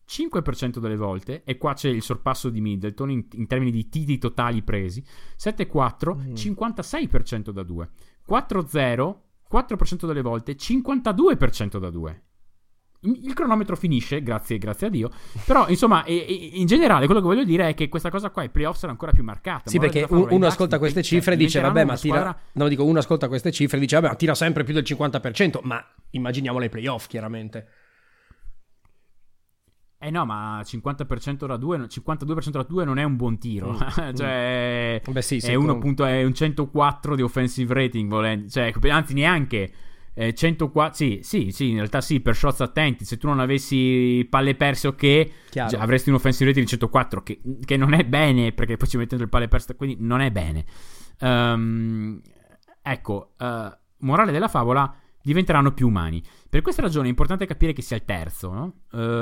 cinque per cento delle volte, e qua c'è il sorpasso di Middleton in, in termini di tiri totali presi, sette quattro, mm. cinquantasei per cento da due, quattro zero, quattro per cento delle volte, cinquantadue per cento da due. Il cronometro finisce, grazie, grazie a Dio. Però, insomma, e, e, in generale, quello che voglio dire è che questa cosa qua ai playoff sarà ancora più marcata. Sì, perché un, uno ascolta queste cifre e dice, vabbè, ma tira... Squadra... No, dico, uno ascolta queste cifre e dice, vabbè, ma tira sempre più del cinquanta per cento. Ma immaginiamole ai playoff, chiaramente. Eh no, ma cinquanta per cento da due, cinquantadue per cento da due non è un buon tiro. Mm. cioè, Beh, sì, è, uno, appunto, è un centoquattro di offensive rating, volendo. Cioè, anzi, neanche... Eh, centoquattro, sì, sì, sì, in realtà sì, per shots attenti. Se tu non avessi palle perse o che, già, avresti un offensive rating di centoquattro, che, che non è bene, perché poi ci mettendo le palle perse, quindi non è bene. Um, ecco, uh, morale della favola, diventeranno più umani. Per questa ragione è importante capire che sia il terzo, no?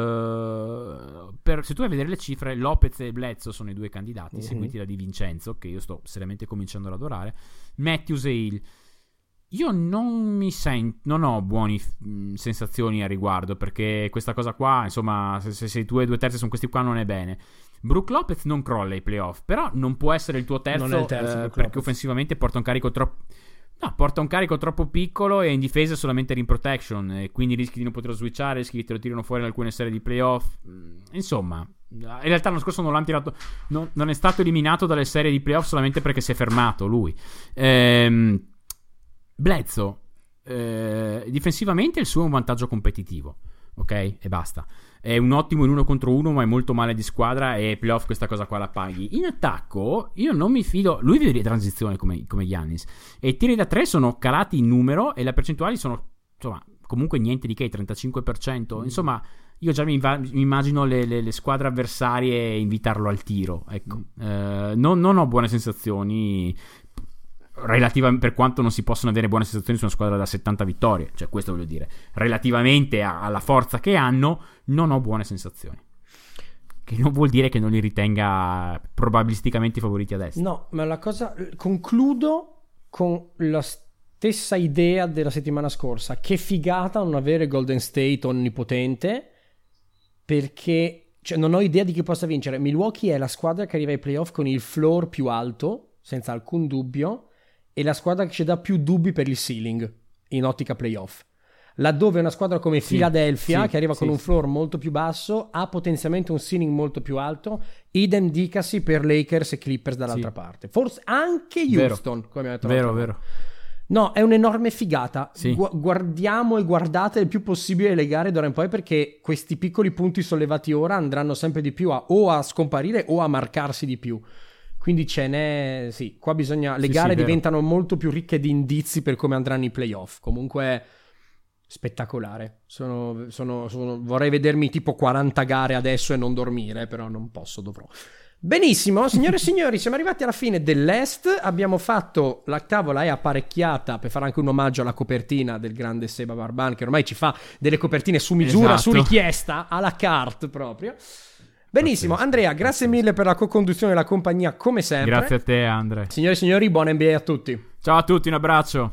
Uh, per, se tu vai a vedere le cifre, Lopez e Bledsoe sono i due candidati, uh-huh. seguiti da Di Vincenzo, che io sto seriamente cominciando ad adorare, Matthews e Hill. Io non mi sento, non ho buone f- sensazioni a riguardo, perché questa cosa qua, insomma, se, se, se i tuoi due terzi sono questi qua non è bene. Brook Lopez non crolla i playoff, però non può essere il tuo terzo, non è il terzo eh, perché offensivamente porta un carico troppo no, porta un carico troppo piccolo e in difesa solamente rim protection, e quindi rischi di non poterlo switchare, rischi che te lo tirino fuori in alcune serie di playoff. Insomma, in realtà l'anno scorso non l'hanno tirato, non, non è stato eliminato dalle serie di playoff solamente perché si è fermato lui. Ehm Bledsoe, eh, difensivamente il suo è un vantaggio competitivo, ok? E basta. È un ottimo in uno contro uno, ma è molto male di squadra, e playoff questa cosa qua la paghi. In attacco io non mi fido, lui vede transizione come, come Giannis, e i tiri da tre sono calati in numero e le percentuali sono, insomma, comunque niente di che, trentacinque per cento. Insomma, io già mi, va, mi immagino le, le, le squadre avversarie invitarlo al tiro, ecco. Mm. Eh, non, non ho buone sensazioni relativa, per quanto non si possono avere buone sensazioni su una squadra da settanta vittorie, cioè questo voglio dire, relativamente a, alla forza che hanno, non ho buone sensazioni, che non vuol dire che non li ritenga probabilisticamente i favoriti ad est. No, ma la cosa, concludo con la stessa idea della settimana scorsa: che figata non avere Golden State onnipotente, perché cioè, non ho idea di chi possa vincere. Milwaukee è la squadra che arriva ai playoff con il floor più alto, senza alcun dubbio, e la squadra che ci dà più dubbi per il ceiling in ottica playoff. Laddove una squadra come sì, Philadelphia, sì, che arriva sì, con un floor sì. molto più basso, ha potenzialmente un ceiling molto più alto. Idem dicasi per Lakers e Clippers dall'altra sì. parte. Forse anche Houston, vero. come detto vero, vero. No, è un'enorme figata. Sì. Gu- guardiamo e guardate il più possibile le gare d'ora in poi, perché questi piccoli punti sollevati ora andranno sempre di più a, o a scomparire o a marcarsi di più. Quindi ce n'è, sì, qua bisogna, le sì, gare sì, diventano molto più ricche di indizi per come andranno i playoff. Comunque spettacolare. Sono, sono, sono, vorrei vedermi tipo quaranta gare adesso e non dormire, però non posso, dovrò. Benissimo, signore e signori, siamo arrivati alla fine dell'Est. Abbiamo fatto, la tavola è apparecchiata per fare anche un omaggio alla copertina del grande Seba Barban, che ormai ci fa delle copertine su misura, esatto. su richiesta, à la carte proprio. Benissimo, Andrea, grazie mille per la co-conduzione e la compagnia come sempre. Grazie a te, Andrea. Signore e signori, buona N B A a tutti. Ciao a tutti, un abbraccio.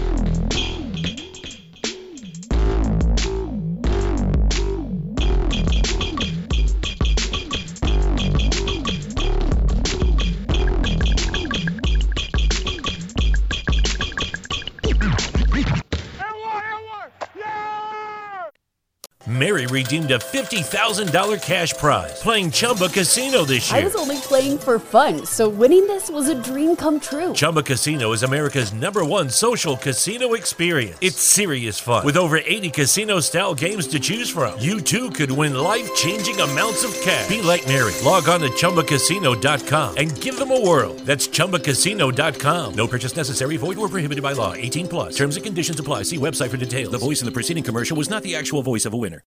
Mary redeemed a fifty thousand dollars cash prize playing Chumba Casino this year. I was only playing for fun, so winning this was a dream come true. Chumba Casino is America's number one social casino experience. It's serious fun. With over eighty casino-style games to choose from, you too could win life-changing amounts of cash. Be like Mary. Log on to Chumba Casino dot com and give them a whirl. That's Chumba Casino dot com. No purchase necessary. Void or prohibited by law. eighteen plus. Terms and conditions apply. See website for details. The voice in the preceding commercial was not the actual voice of a winner.